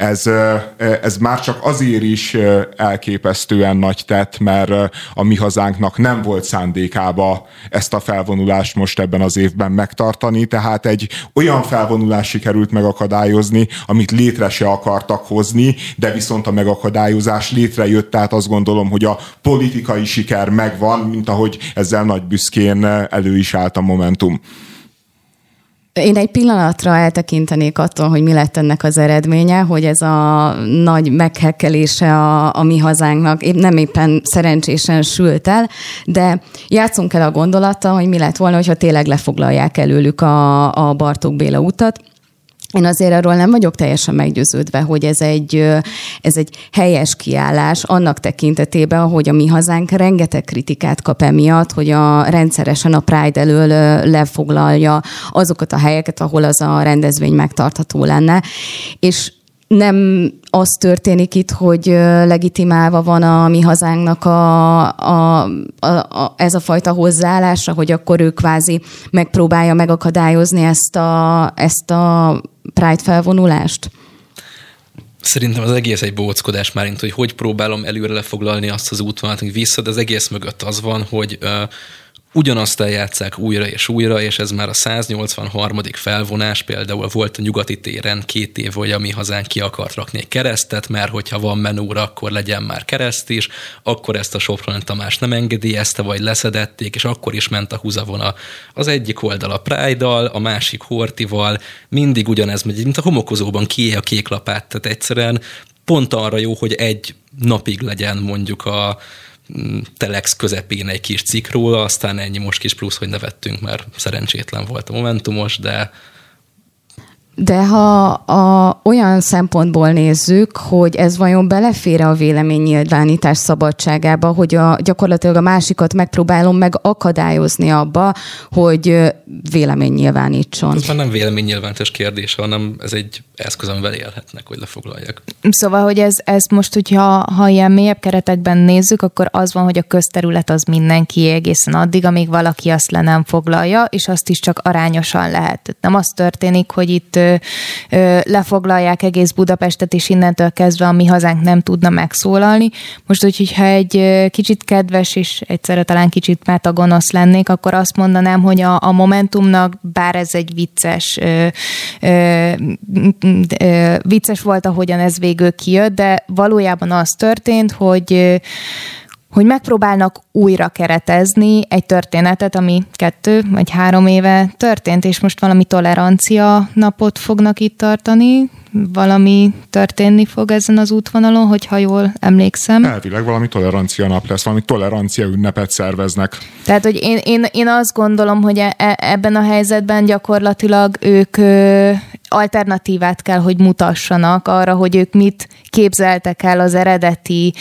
Ez már csak azért is elképesztően nagy tett, mert a Mi Hazánknak nem volt szándékába ezt a felvonulást most ebben az évben megtartani, tehát egy olyan felvonulást sikerült megakadályozni, amit létre se akartak hozni, de viszont a megakadályozás létrejött, tehát azt gondolom, hogy a politikai siker megvan, mint ahogy ezzel nagy büszkén elő is állt a Momentum. Én egy pillanatra eltekintenék attól, hogy mi lett ennek az eredménye, hogy ez a nagy meghekkelése a Mi Hazánknak nem éppen szerencsésen sült el, de játszunk el a gondolattal, hogy mi lett volna, hogyha tényleg lefoglalják előlük a Bartók Béla utat. Én azért arról nem vagyok teljesen meggyőződve, hogy ez egy helyes kiállás annak tekintetében, hogy a Mi Hazánk rengeteg kritikát kap emiatt, hogy rendszeresen a Pride elől lefoglalja azokat a helyeket, ahol az a rendezvény megtartható lenne. És nem az történik itt, hogy legitimálva van a Mi Hazánknak ez a fajta hozzáállása, hogy akkor ő kvázi megpróbálja megakadályozni ezt a Pride felvonulást? Szerintem az egész egy bóckodás már, hogy próbálom előre lefoglalni azt az útvonalat, hogy vissza, de az egész mögött az van, hogy ugyanazt eljátsszák újra, és ez már a 183. felvonás, például volt a Nyugati téren 2 év, hogy a Mi Hazánk ki akart rakni egy keresztet, mert hogyha van menóra, akkor legyen már kereszt is, akkor ezt a Soproni Tamás nem engedélyezte, vagy leszedették, és akkor is ment a húzavona. Az egyik oldal a Pride-dal, a másik Horthyval, mindig ugyanez megy, mint a homokozóban kié a kék lapát, tehát egyszerűen pont arra jó, hogy egy napig legyen mondjuk a Telex közepén egy kis cikk róla, aztán ennyi most kis plusz, hogy nevettünk, mert szerencsétlen volt a Momentumos, de... De ha olyan szempontból nézzük, hogy ez vajon belefér a véleménynyilvánítás szabadságába, hogy gyakorlatilag a másikat megpróbálom megakadályozni abba, hogy véleménynyilvánítson. Ez már nem véleménynyilvánítás kérdése, hanem ez egy eszköz, amivel élhetnek, hogy lefoglalják. Szóval, hogy ez most, hogyha ilyen mélyebb keretekben nézzük, akkor az van, hogy a közterület az mindenki egészen addig, amíg valaki azt le nem foglalja, és azt is csak arányosan lehet. Nem az történik, hogy itt lefoglalják egész Budapestet, és innentől kezdve a Mi Hazánk nem tudna megszólalni. Most, hogyha egy kicsit kedves, és egyszerre talán kicsit metagonosz lennék, akkor azt mondanám, hogy a Momentumnak, bár ez egy vicces volt, ahogyan ez végül kijött, de valójában az történt, hogy megpróbálnak újra keretezni egy történetet, ami 2 vagy 3 éve történt, és most valami tolerancia napot fognak itt tartani, valami történni fog ezen az útvonalon, hogyha jól emlékszem. Elvileg valami tolerancia nap lesz, valami tolerancia ünnepet szerveznek. Tehát, hogy én azt gondolom, hogy ebben a helyzetben gyakorlatilag ők alternatívát kell, hogy mutassanak arra, hogy ők mit képzeltek el az eredeti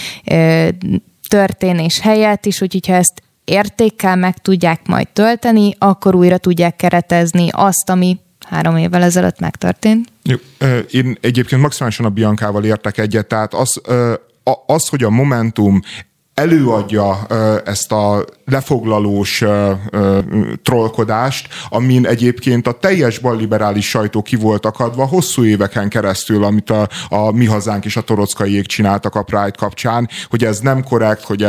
történés helyett, és hogyha ezt értékkel meg tudják majd tölteni, akkor újra tudják keretezni azt, ami 3 évvel ezelőtt megtörtént. Jó, én egyébként maximálisan a Biancával értek egyet, tehát az, hogy a Momentum előadja ezt a lefoglalós trollkodást, amin egyébként a teljes balliberális sajtó ki volt akadva hosszú éveken keresztül, amit a Mi Hazánk és a Toroczkaijék csináltak a Pride kapcsán, hogy ez nem korrekt, hogy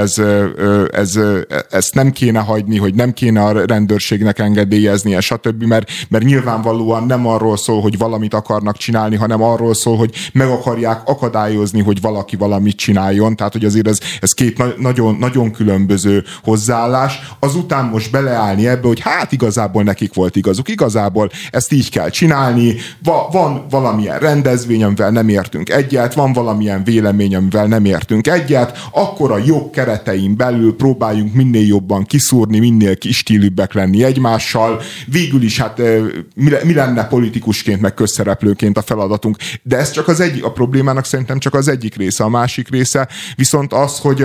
ezt nem kéne hagyni, hogy nem kéne a rendőrségnek engedélyeznie, stb., mert nyilvánvalóan nem arról szól, hogy valamit akarnak csinálni, hanem arról szól, hogy meg akarják akadályozni, hogy valaki valamit csináljon, tehát hogy azért ez két nagyon, nagyon különböző hozzáállás. Azután most beleállni ebbe, hogy hát igazából nekik volt igazuk, igazából ezt így kell csinálni, van valamilyen rendezvény, amivel nem értünk egyet, van valamilyen vélemény, amivel nem értünk egyet, akkor a jog keretein belül próbáljunk minél jobban kiszúrni, minél stílűbbek lenni egymással, végül is hát mi lenne politikusként, meg közszereplőként a feladatunk, de ez csak a problémának szerintem csak az egyik része, a másik része viszont az, hogy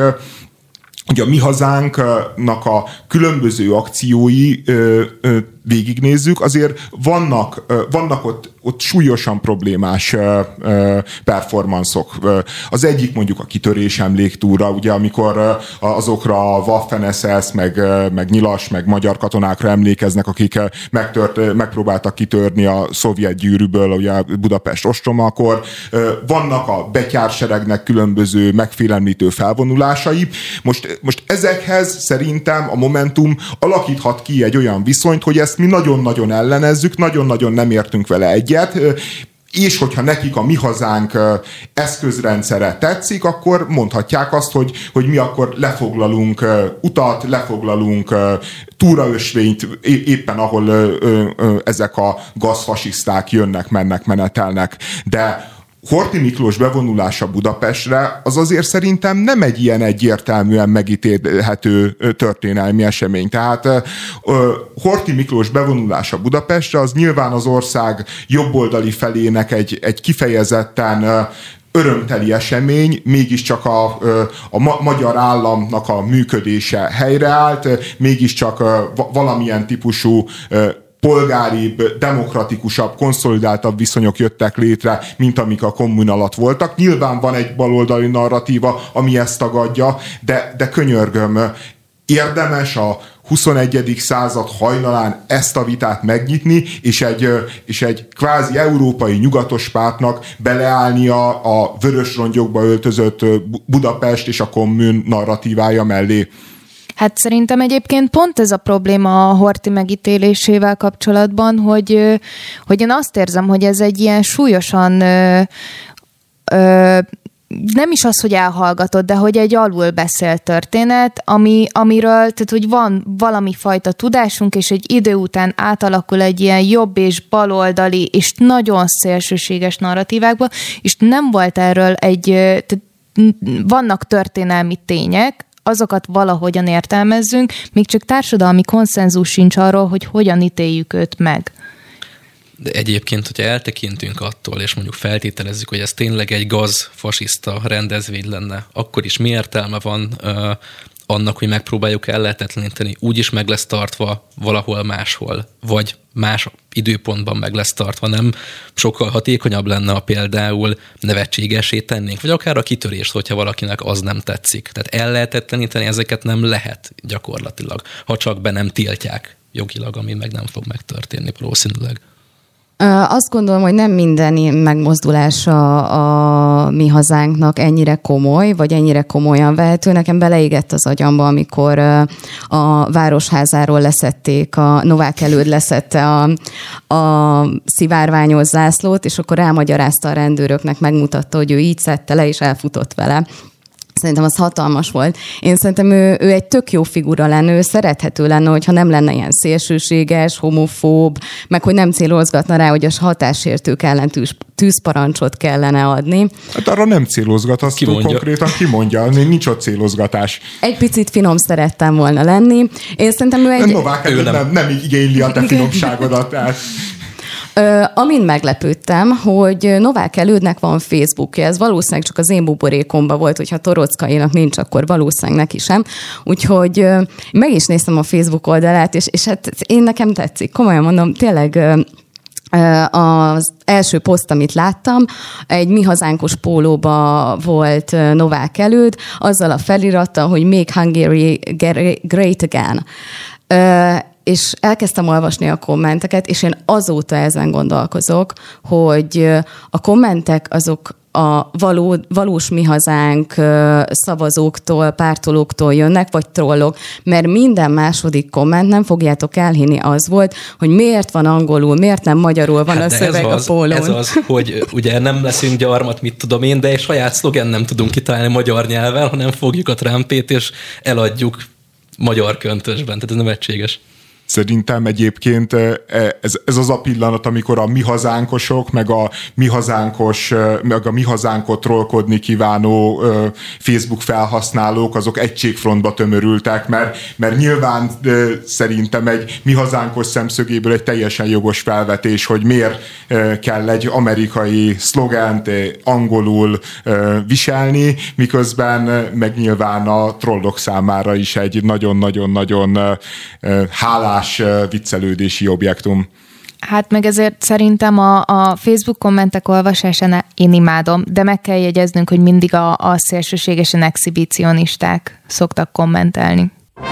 a Mi Hazánknak a különböző akciói végignézzük, azért vannak ott súlyosan problémás performanszok. Az egyik mondjuk a kitörés emléktúra, ugye amikor azokra a Waffen-SS, meg nyilas, meg magyar katonákra emlékeznek, akik megpróbáltak kitörni a szovjet gyűrűből, ugye Budapest ostromakor. Vannak a betyárseregnek különböző megfélemlítő felvonulásai. Most ezekhez szerintem a Momentum alakíthat ki egy olyan viszonyt, hogy ezt mi nagyon-nagyon ellenezzük, nagyon-nagyon nem értünk vele egyet, és hogyha nekik a Mi Hazánk eszközrendszere tetszik, akkor mondhatják azt, hogy mi akkor lefoglalunk utat, lefoglalunk túraösvényt éppen, ahol ezek a gazfasiszták jönnek, mennek, menetelnek. De Horthy Miklós bevonulása Budapestre az azért szerintem nem egy ilyen egyértelműen megítélhető történelmi esemény. Tehát Horthy Miklós bevonulása Budapestre az nyilván az ország jobboldali felének egy kifejezetten örömteli esemény, mégiscsak a magyar államnak a működése helyreállt, mégiscsak valamilyen típusú polgáribb, demokratikusabb, konszolidáltabb viszonyok jöttek létre, mint amik a kommun alatt voltak. Nyilván van egy baloldali narratíva, ami ezt tagadja, de könyörgöm, érdemes a 21. század hajnalán ezt a vitát megnyitni, és egy kvázi európai nyugatos pártnak beleállnia a vörös rongyokba öltözött Budapest és a kommun narratívája mellé. Hát szerintem egyébként pont ez a probléma a Horthy megítélésével kapcsolatban, hogy én azt érzem, hogy ez egy ilyen súlyosan nem is az, hogy elhallgatott, de hogy egy alul beszélt történet, amiről, tehát hogy van valami fajta tudásunk, és egy idő után átalakul egy ilyen jobb és baloldali, és nagyon szélsőséges narratívákba, és nem volt erről tehát vannak történelmi tények, azokat valahogyan értelmezzünk, még csak társadalmi konszenzus sincs arról, hogy hogyan ítéljük őt meg. De egyébként, hogyha eltekintünk attól, és mondjuk feltételezzük, hogy ez tényleg egy gazfasiszta rendezvény lenne, akkor is mi értelme van annak, hogy megpróbáljuk ellehetetleníteni, úgyis meg lesz tartva valahol máshol, vagy más időpontban meg lesz tartva. Nem sokkal hatékonyabb lenne, ha például nevetségesé tennénk, vagy akár a kitörést, hogyha valakinek az nem tetszik. Tehát ellehetetleníteni ezeket nem lehet gyakorlatilag, ha csak be nem tiltják jogilag, ami meg nem fog megtörténni valószínűleg. Azt gondolom, hogy nem minden megmozdulása a mi hazánknak ennyire komoly, vagy ennyire komolyan vehető. Nekem beleégett az agyamba, amikor a Városházáról leszették, a Novák Előd leszette a szivárványos zászlót, és akkor elmagyarázta a rendőröknek, megmutatta, hogy ő így szedte le, és elfutott vele. Szerintem az hatalmas volt. Én szerintem ő egy tök jó figura lenne, ő szerethető lenne, hogyha nem lenne ilyen szélsőséges, homofób, meg hogy nem célozgatna rá, hogy a hatásértők ellen tűzparancsot kellene adni. Hát arra nem célozgat, azt konkrétan kimondja, nincs ott célozgatás. Egy picit finom szerettem volna lenni. Én szerintem ő egy... Novák nem igényli a te finomságodat. Amin meglepődtem, hogy Novák Elődnek van Facebookja, ez valószínűleg csak az én buborékomban volt, hogyha Torockainak nincs, akkor valószínűleg neki sem. Úgyhogy meg is néztem a Facebook oldalát, és hát én nekem tetszik. Komolyan mondom, tényleg az első poszt, amit láttam, egy mi hazánkos pólóba volt Novák Előd, azzal a felirattal, hogy Make Hungary Great Again. És elkezdtem olvasni a kommenteket, és én azóta ezen gondolkozok, hogy a kommentek azok a valós mi hazánk szavazóktól, pártolóktól jönnek, vagy trollok, mert minden második komment, nem fogjátok elhinni, az volt, hogy miért van angolul, miért nem magyarul van a szöveg a pólón. Ez az, hogy ugye nem leszünk gyarmat, mit tudom én, de egy saját szlogen nem tudunk kitalálni magyar nyelven, hanem fogjuk a Trumpét, és eladjuk magyar köntösben. Tehát ez nevetséges. Szerintem egyébként ez az a pillanat, amikor a mi hazánkosok, meg a mi hazánkot trollkodni kívánó Facebook felhasználók, azok egységfrontba tömörültek, mert nyilván szerintem egy mi hazánkos szemszögéből egy teljesen jogos felvetés, hogy miért kell egy amerikai szlogent angolul viselni, miközben meg nyilván a trollok számára is egy nagyon-nagyon-nagyon hálás viccelődési objektum. Hát meg ezért szerintem a Facebook kommentek olvasásán én imádom, de meg kell jegyeznünk, hogy mindig a szélsőségesen exhibicionisták szoktak kommentelni.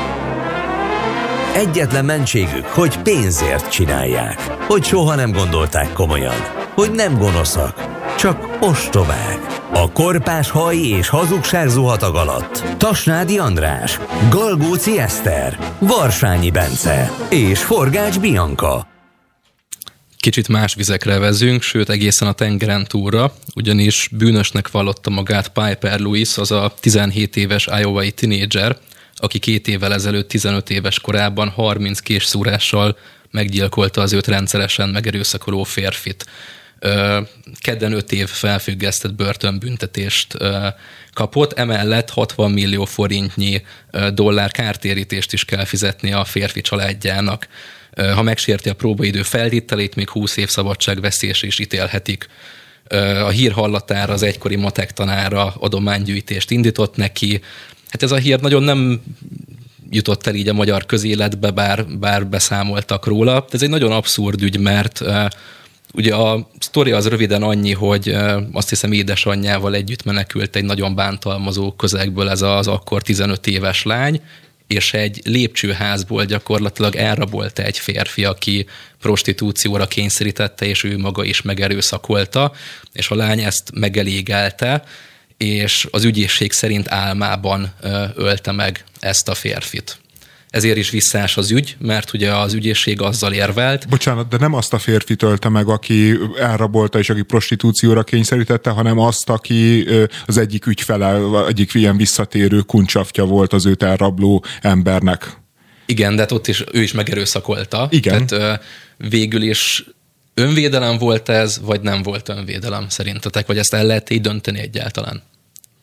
Egyetlen mentségük, hogy pénzért csinálják. Hogy soha nem gondolták komolyan. Hogy nem gonoszak, csak ostobák. A korpás haj és hazugság zuhatag alatt Tasnádi András, Galgóci Eszter, Varsányi Bence és Forgács Bianca. Kicsit más vizekre vezünk, sőt egészen a tengeren túlra, ugyanis bűnösnek vallotta magát Piper Lewis, az a 17 éves iowai tinédzser, aki 2 évvel ezelőtt 15 éves korában 30 késszúrással meggyilkolta az őt rendszeresen megerőszakoló férfit. Kedden 5 év felfüggesztett börtönbüntetést kapott, emellett 60 millió forintnyi dollár kártérítést is kell fizetni a férfi családjának. Ha megsérti a próbaidő feltételét, még 20 év szabadságvesztésre is ítélhetik. A hír hallatára az egykori matek tanára adománygyűjtést indított neki. Hát ez a hír nagyon nem jutott el így a magyar közéletbe, bár beszámoltak róla. Ez egy nagyon abszurd ügy, mert ugye a sztori az röviden annyi, hogy azt hiszem édesanyjával együtt menekült egy nagyon bántalmazó közegből ez az akkor 15 éves lány, és egy lépcsőházból gyakorlatilag elrabolta egy férfi, aki prostitúcióra kényszerítette, és ő maga is megerőszakolta, és a lány ezt megelégelte, és az ügyészség szerint álmában ölte meg ezt a férfit. Ezért is visszás az ügy, mert ugye az ügyészség azzal érvelt. Bocsánat, de nem azt a férfit ölte meg, aki elrabolta és aki prostitúcióra kényszerítette, hanem azt, aki az egyik ügyfele, egyik ilyen visszatérő kuncsaftja volt az őt elrabló embernek. Igen, de hát ott is ő is megerőszakolta. Igen. Tehát végül is önvédelem volt ez, vagy nem volt önvédelem szerintetek? Vagy ezt el lehet így dönteni egyáltalán?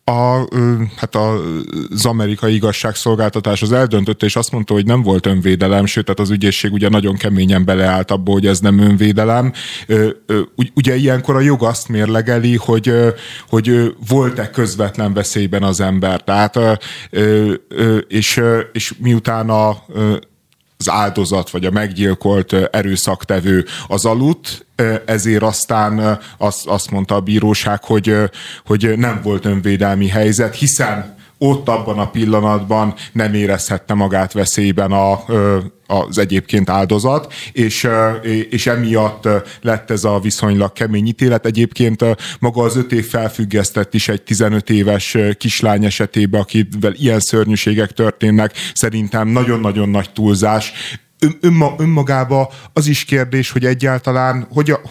Az amerikai igazságszolgáltatás az eldöntötte, és azt mondta, hogy nem volt önvédelem, sőt, tehát az ügyészség ugye nagyon keményen beleállt abba, hogy ez nem önvédelem. Ugye ilyenkor a jog azt mérlegeli, hogy volt-e közvetlen veszélyben az ember. Tehát, és miután az áldozat vagy a meggyilkolt erőszaktevő az aludt, ezért aztán azt mondta a bíróság, hogy nem volt önvédelmi helyzet, hiszen ott abban a pillanatban nem érezhette magát veszélyben az egyébként áldozat, és emiatt lett ez a viszonylag kemény ítélet. Egyébként maga az 5 év felfüggesztett is egy 15 éves kislány esetében, akivel ilyen szörnyűségek történnek, szerintem nagyon-nagyon nagy túlzás. Önmagában az is kérdés, hogy egyáltalán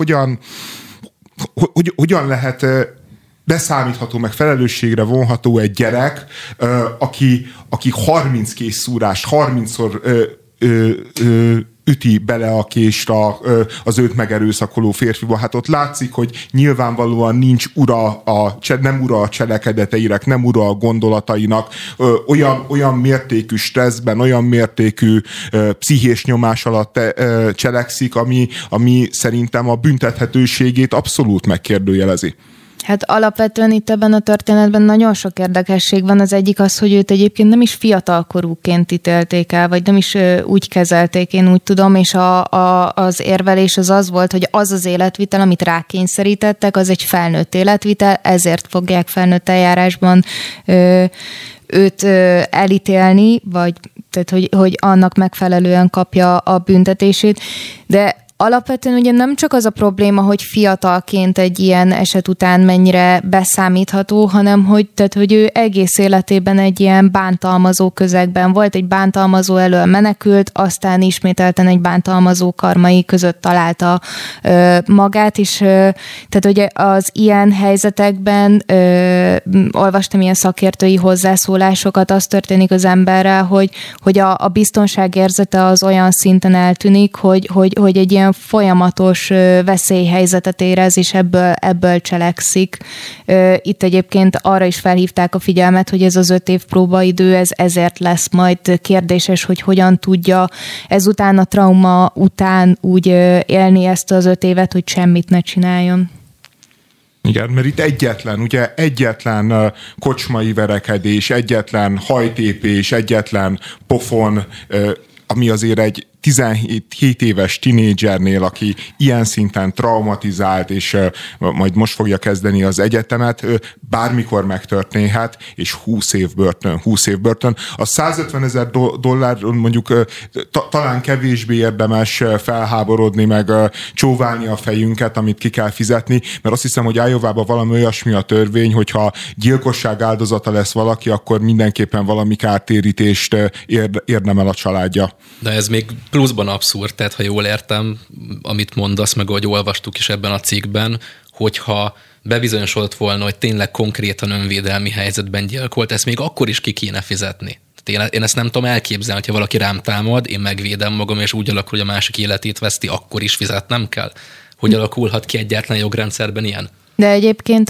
hogyan lehet beszámítható, meg felelősségre vonható egy gyerek, aki 30 készszúrást, 30-szor üti bele a kést az őt megerőszakoló férfiba. Hát ott látszik, hogy nyilvánvalóan nincs nem ura a cselekedeteinek, nem ura a gondolatainak, olyan mértékű stresszben, olyan mértékű pszichés nyomás alatt cselekszik, ami szerintem a büntethetőségét abszolút megkérdőjelezi. Hát alapvetően itt ebben a történetben nagyon sok érdekesség van. Az egyik az, hogy őt egyébként nem is fiatalkorúként ítélték el, vagy nem is úgy kezelték, én úgy tudom, és az érvelés az volt, hogy az életvitel, amit rákényszerítettek, az egy felnőtt életvitel, ezért fogják felnőtt eljárásban őt elítélni, vagy tehát, hogy annak megfelelően kapja a büntetését, de alapvetően ugye nem csak az a probléma, hogy fiatalként egy ilyen eset után mennyire beszámítható, hanem hogy ő egész életében egy ilyen bántalmazó közegben volt, egy bántalmazó elől menekült, aztán ismételten egy bántalmazó karmai között találta magát, és tehát ugye az ilyen helyzetekben olvastam ilyen szakértői hozzászólásokat, az történik az emberrel, hogy a biztonságérzete az olyan szinten eltűnik, hogy egy ilyen folyamatos veszélyhelyzetet érez, és ebből cselekszik. Itt egyébként arra is felhívták a figyelmet, hogy ez az 5 év próbaidő, ez ezért lesz majd kérdéses, hogy hogyan tudja ezután a trauma után úgy élni ezt az 5 évet, hogy semmit ne csináljon. Igen, mert itt egyetlen kocsmai verekedés, egyetlen hajtépés, egyetlen pofon, ami azért egy 17 éves tinédzsernél, aki ilyen szinten traumatizált, és majd most fogja kezdeni az egyetemet, bármikor megtörténhet, és 20 év börtön. A $150,000 mondjuk talán kevésbé érdemes felháborodni, meg csóválni a fejünket, amit ki kell fizetni, mert azt hiszem, hogy Iowában valami olyasmi a törvény, hogyha gyilkosság áldozata lesz valaki, akkor mindenképpen valami kártérítést érdemel a családja. De ez még pluszban abszurd, tehát ha jól értem, amit mondasz, meg ahogy olvastuk is ebben a cikkben, hogyha bebizonyosodott volna, hogy tényleg konkrétan önvédelmi helyzetben gyilkolt, ezt még akkor is ki kéne fizetni. Tehát én ezt nem tudom elképzelni, hogyha valaki rám támad, én megvédem magam, és úgy alakul, hogy a másik életét veszti, akkor is fizetnem kell. Hogy alakulhat ki egyáltalán jogrendszerben ilyen? De egyébként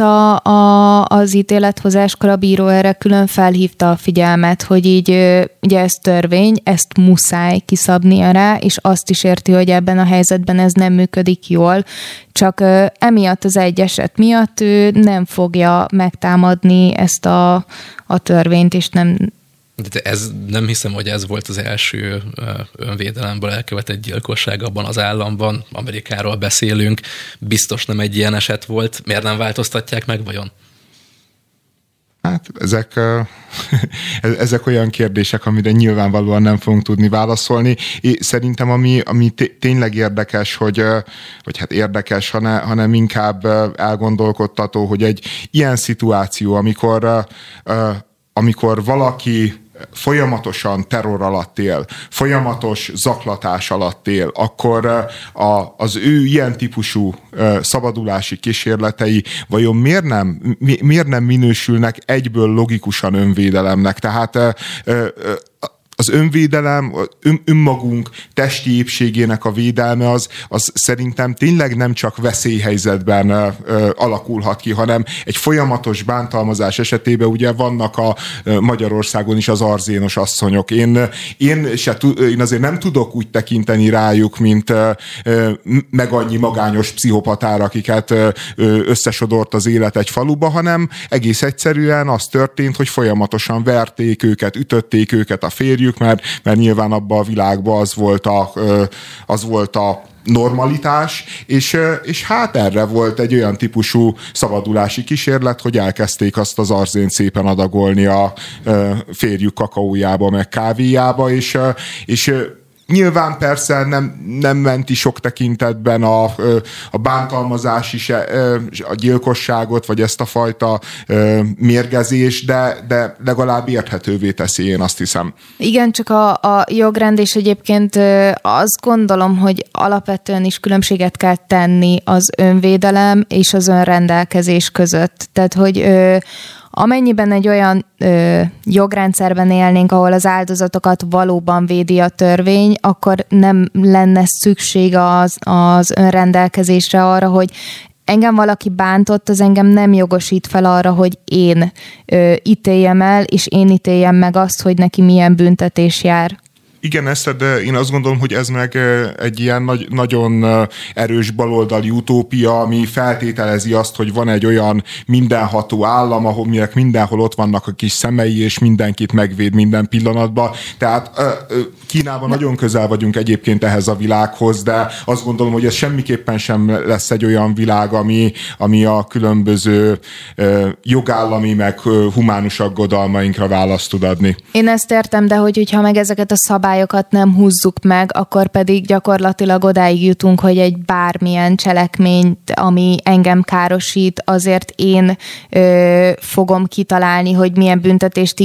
az ítélethozáskor a bíró erre külön felhívta a figyelmet, hogy így ugye ez törvény, ezt muszáj kiszabnia rá, és azt is érti, hogy ebben a helyzetben ez nem működik jól, csak emiatt az egy eset miatt ő nem fogja megtámadni ezt a törvényt, és nem... De nem hiszem, hogy ez volt az első önvédelemből elkövetett gyilkosság abban az államban. Amerikáról beszélünk. Biztos nem egy ilyen eset volt. Miért nem változtatják meg vajon? Hát ezek olyan kérdések, amire nyilvánvalóan nem fogunk tudni válaszolni. Szerintem ami tényleg érdekes, vagy hát érdekes, hanem inkább elgondolkodtató, hogy egy ilyen szituáció, amikor valaki folyamatosan terror alatt él, folyamatos zaklatás alatt él, akkor az ő ilyen típusú szabadulási kísérletei vajon miért nem minősülnek egyből logikusan önvédelemnek? Tehát az önvédelem, önmagunk testi épségének a védelme az szerintem tényleg nem csak veszélyhelyzetben alakulhat ki, hanem egy folyamatos bántalmazás esetében ugye vannak a Magyarországon is az arzénos asszonyok. Én azért nem tudok úgy tekinteni rájuk, mint meg annyi magányos pszichopatára, akiket összesodort az élet egy faluba, hanem egész egyszerűen az történt, hogy folyamatosan verték őket, ütötték őket a férjük, mert nyilván abban a világban az volt a normalitás, és hát erre volt egy olyan típusú szabadulási kísérlet, hogy elkezdték azt az arzént szépen adagolni a férjük kakaójába, meg kávéjába, és nyilván persze nem menti sok tekintetben a bántalmazás is, a gyilkosságot, vagy ezt a fajta mérgezés, de legalább érthetővé teszi, én azt hiszem. Igen, csak a jogrend, és egyébként azt gondolom, hogy alapvetően is különbséget kell tenni az önvédelem és az önrendelkezés között. Tehát, hogy amennyiben egy olyan jogrendszerben élnénk, ahol az áldozatokat valóban védi a törvény, akkor nem lenne szükség az önrendelkezésre arra, hogy engem valaki bántott, az engem nem jogosít fel arra, hogy én ítéljem el, és én ítéljem meg azt, hogy neki milyen büntetés jár. Igen, de én azt gondolom, hogy ez meg egy ilyen nagyon erős baloldali utópia, ami feltételezi azt, hogy van egy olyan mindenható állam, ahol mindenhol ott vannak a kis szemei, és mindenkit megvéd minden pillanatban. Tehát Kínában nagyon közel vagyunk egyébként ehhez a világhoz, de azt gondolom, hogy ez semmiképpen sem lesz egy olyan világ, ami a különböző jogállami meg humánus aggodalmainkra választ tud adni. Én ezt értem, de hogyha meg ezeket a szabályokat nem húzzuk meg, akkor pedig gyakorlatilag odáig jutunk, hogy egy bármilyen cselekményt, ami engem károsít, azért én fogom kitalálni, hogy milyen büntetést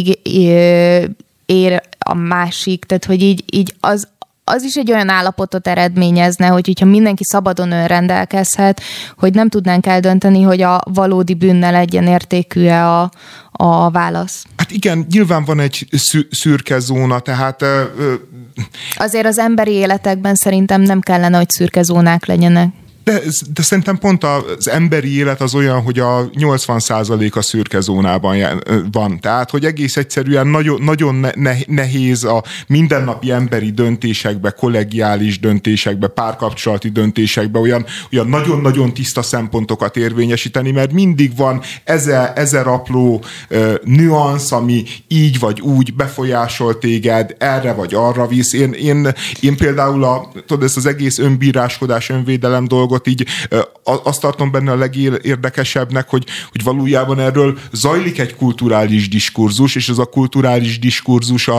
ér a másik. Tehát, hogy így az is egy olyan állapotot eredményezne, hogyha mindenki szabadon önrendelkezhet, hogy nem tudnánk eldönteni, hogy a valódi bűnnel egyenértékű-e a válasz. Hát igen, nyilván van egy szürke zóna, tehát... Azért az emberi életekben szerintem nem kellene, hogy szürke zónák legyenek. De szerintem pont az emberi élet az olyan, hogy a 80% a szürke zónában van. Tehát, hogy egész egyszerűen nagyon nehéz a mindennapi emberi döntésekbe, kollegiális döntésekbe, párkapcsolati döntésekbe olyan nagyon-nagyon tiszta szempontokat érvényesíteni, mert mindig van ezer apró nüansz, ami így vagy úgy befolyásol téged, erre vagy arra visz. Én például ezt az egész önbíráskodás, önvédelem dolgot így azt tartom benne a legérdekesebbnek, hogy valójában erről zajlik egy kulturális diskurzus, és ez a kulturális diskurzus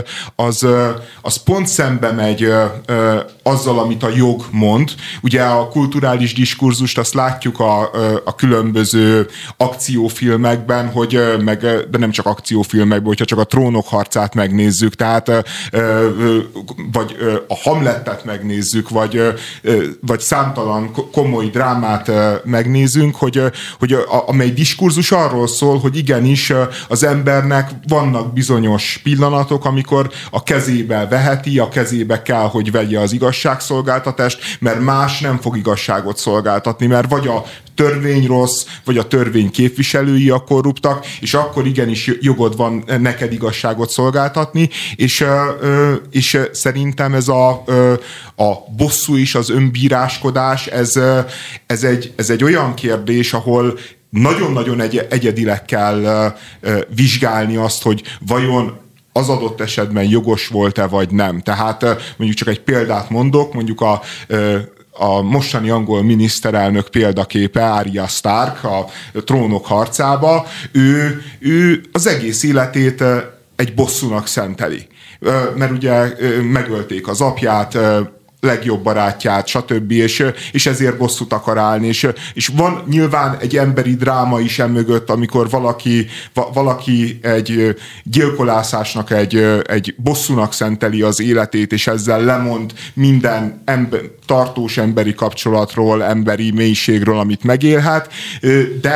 az pont szembe megy azzal, amit a jog mond. Ugye a kulturális diskurzust azt látjuk a különböző akciófilmekben, de nem csak akciófilmekben, hogyha csak a Trónok harcát megnézzük, tehát vagy a Hamletet megnézzük, vagy számtalan komoly drámát megnézünk, hogy amely diskurzus arról szól, hogy igenis az embernek vannak bizonyos pillanatok, amikor a kezébe veheti, a kezébe kell, hogy vegye az igazságszolgáltatást, mert más nem fog igazságot szolgáltatni, mert vagy a törvény rossz, vagy a törvény képviselői a korruptak, és akkor igenis jogod van neked igazságot szolgáltatni, és szerintem ez a bosszú és az önbíráskodás, ez egy olyan kérdés, ahol nagyon-nagyon egyedileg kell vizsgálni azt, hogy vajon az adott esetben jogos volt-e, vagy nem. Tehát mondjuk csak egy példát mondok, mondjuk a mostani angol miniszterelnök példaképe, Arya Stark a Trónok harcába, ő az egész életét egy bosszúnak szenteli. Mert ugye megölték az apját, legjobb barátját, stb. És ezért bosszút akar állni. És van nyilván egy emberi dráma is emögött, amikor valaki egy gyilkolászásnak, egy bosszúnak szenteli az életét, és ezzel lemond minden tartós emberi kapcsolatról, emberi mélységről, amit megélhet, de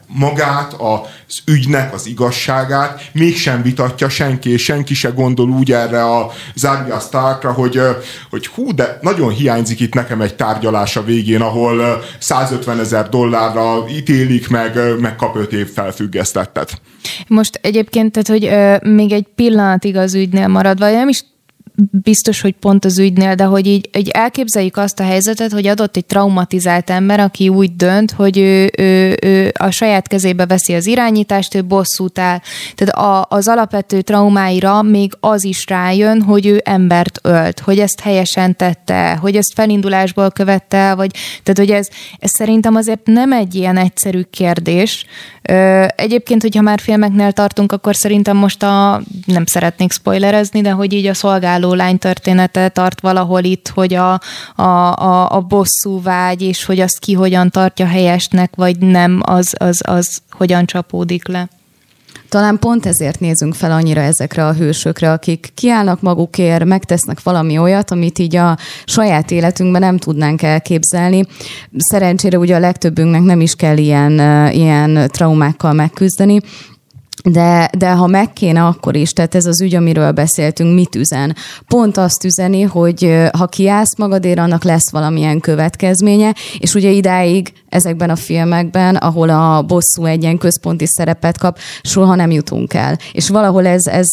magát, az ügynek az igazságát mégsem vitatja senki, és senki se gondol úgy erre a Arya Starkra, hogy hú, de nagyon hiányzik itt nekem egy tárgyalás a végén, ahol $150,000 ítélik, meg kap 5 év felfüggesztettet. Most egyébként, tehát, hogy még egy pillanatig az ügynél maradva, nem is biztos, hogy pont az ügynél, de hogy így elképzeljük azt a helyzetet, hogy adott egy traumatizált ember, aki úgy dönt, hogy ő a saját kezébe veszi az irányítást, ő bosszút áll. Tehát az alapvető traumáira még az is rájön, hogy ő embert ölt, hogy ezt helyesen tette, hogy ezt felindulásból követte, vagy tehát, hogy ez szerintem azért nem egy ilyen egyszerű kérdés. Egyébként, hogyha már filmeknél tartunk, akkor szerintem most nem szeretnék spoilerezni, de hogy így a szolgáló lány története tart valahol itt, hogy a bosszú vágy, és hogy azt ki hogyan tartja helyesnek, vagy nem, az hogyan csapódik le. Talán pont ezért nézünk fel annyira ezekre a hősökre, akik kiállnak magukért, megtesznek valami olyat, amit így a saját életünkben nem tudnánk elképzelni. Szerencsére ugye a legtöbbünknek nem is kell ilyen traumákkal megküzdeni, de ha meg kéne, akkor is, tehát ez az ügy, amiről beszéltünk, mit üzen? Pont azt üzeni, hogy ha kiállsz magadért, annak lesz valamilyen következménye, és ugye idáig ezekben a filmekben, ahol a bosszú egy ilyen központi szerepet kap, soha nem jutunk el. És valahol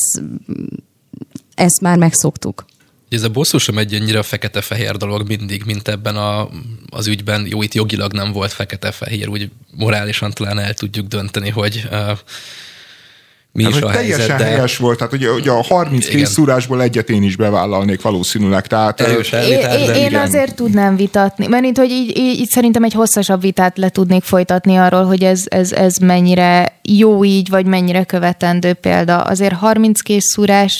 ezt már megszoktuk. Ez a bosszú sem egy annyira fekete-fehér dolog mindig, mint ebben az ügyben. Jó, itt jogilag nem volt fekete-fehér, úgy morálisan talán el tudjuk dönteni, hogy mi is a helyzet, teljesen helyes volt, tehát ugye a 30 készszúrásból egyet én is bevállalnék valószínűleg. Tehát, én azért tudnám vitatni, mert itt, hogy így szerintem egy hosszasabb vitát le tudnék folytatni arról, hogy ez mennyire jó így, vagy mennyire követendő példa. Azért 30 készszúrás...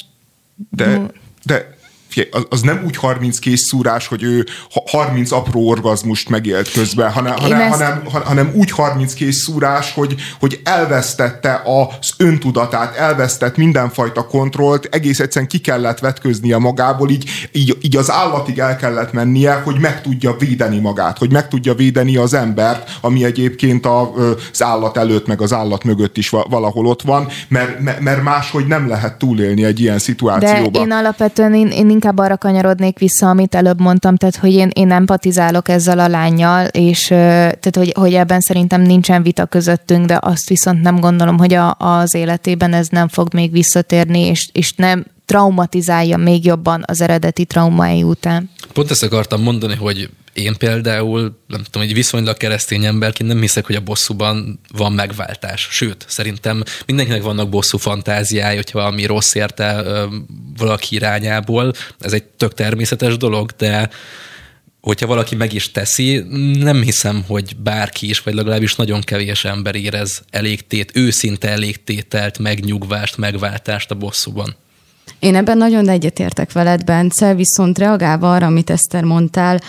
De az nem úgy 30 készszúrás, hogy ő 30 apró orgazmust megélt közben, hanem úgy 30 készszúrás, hogy elvesztette az öntudatát, elvesztett mindenfajta kontrollt, egész egyszerűen ki kellett vetköznie magából, így az állatig el kellett mennie, hogy meg tudja védeni magát, hogy meg tudja védeni az embert, ami egyébként az állat előtt, meg az állat mögött is valahol ott van, mert máshogy nem lehet túlélni egy ilyen szituációban. De én alapvetően én inkább arra kanyarodnék vissza, amit előbb mondtam, tehát hogy én empatizálok ezzel a lánnyal, és tehát hogy ebben szerintem nincsen vita közöttünk, de azt viszont nem gondolom, hogy az életében ez nem fog még visszatérni, és nem traumatizálja még jobban az eredeti traumái után. Pont ezt akartam mondani, hogy én például, nem tudom, egy viszonylag keresztény emberként nem hiszek, hogy a bosszúban van megváltás. Sőt, szerintem mindenkinek vannak bosszú fantáziái, hogyha valami rossz érte valaki irányából. Ez egy tök természetes dolog, de hogyha valaki meg is teszi, nem hiszem, hogy bárki is, vagy legalábbis nagyon kevés ember érez őszinte elégtételt, megnyugvást, megváltást a bosszúban. Én ebben nagyon egyetértek veled, Bence, viszont reagálva arra, amit Eszter mondtál,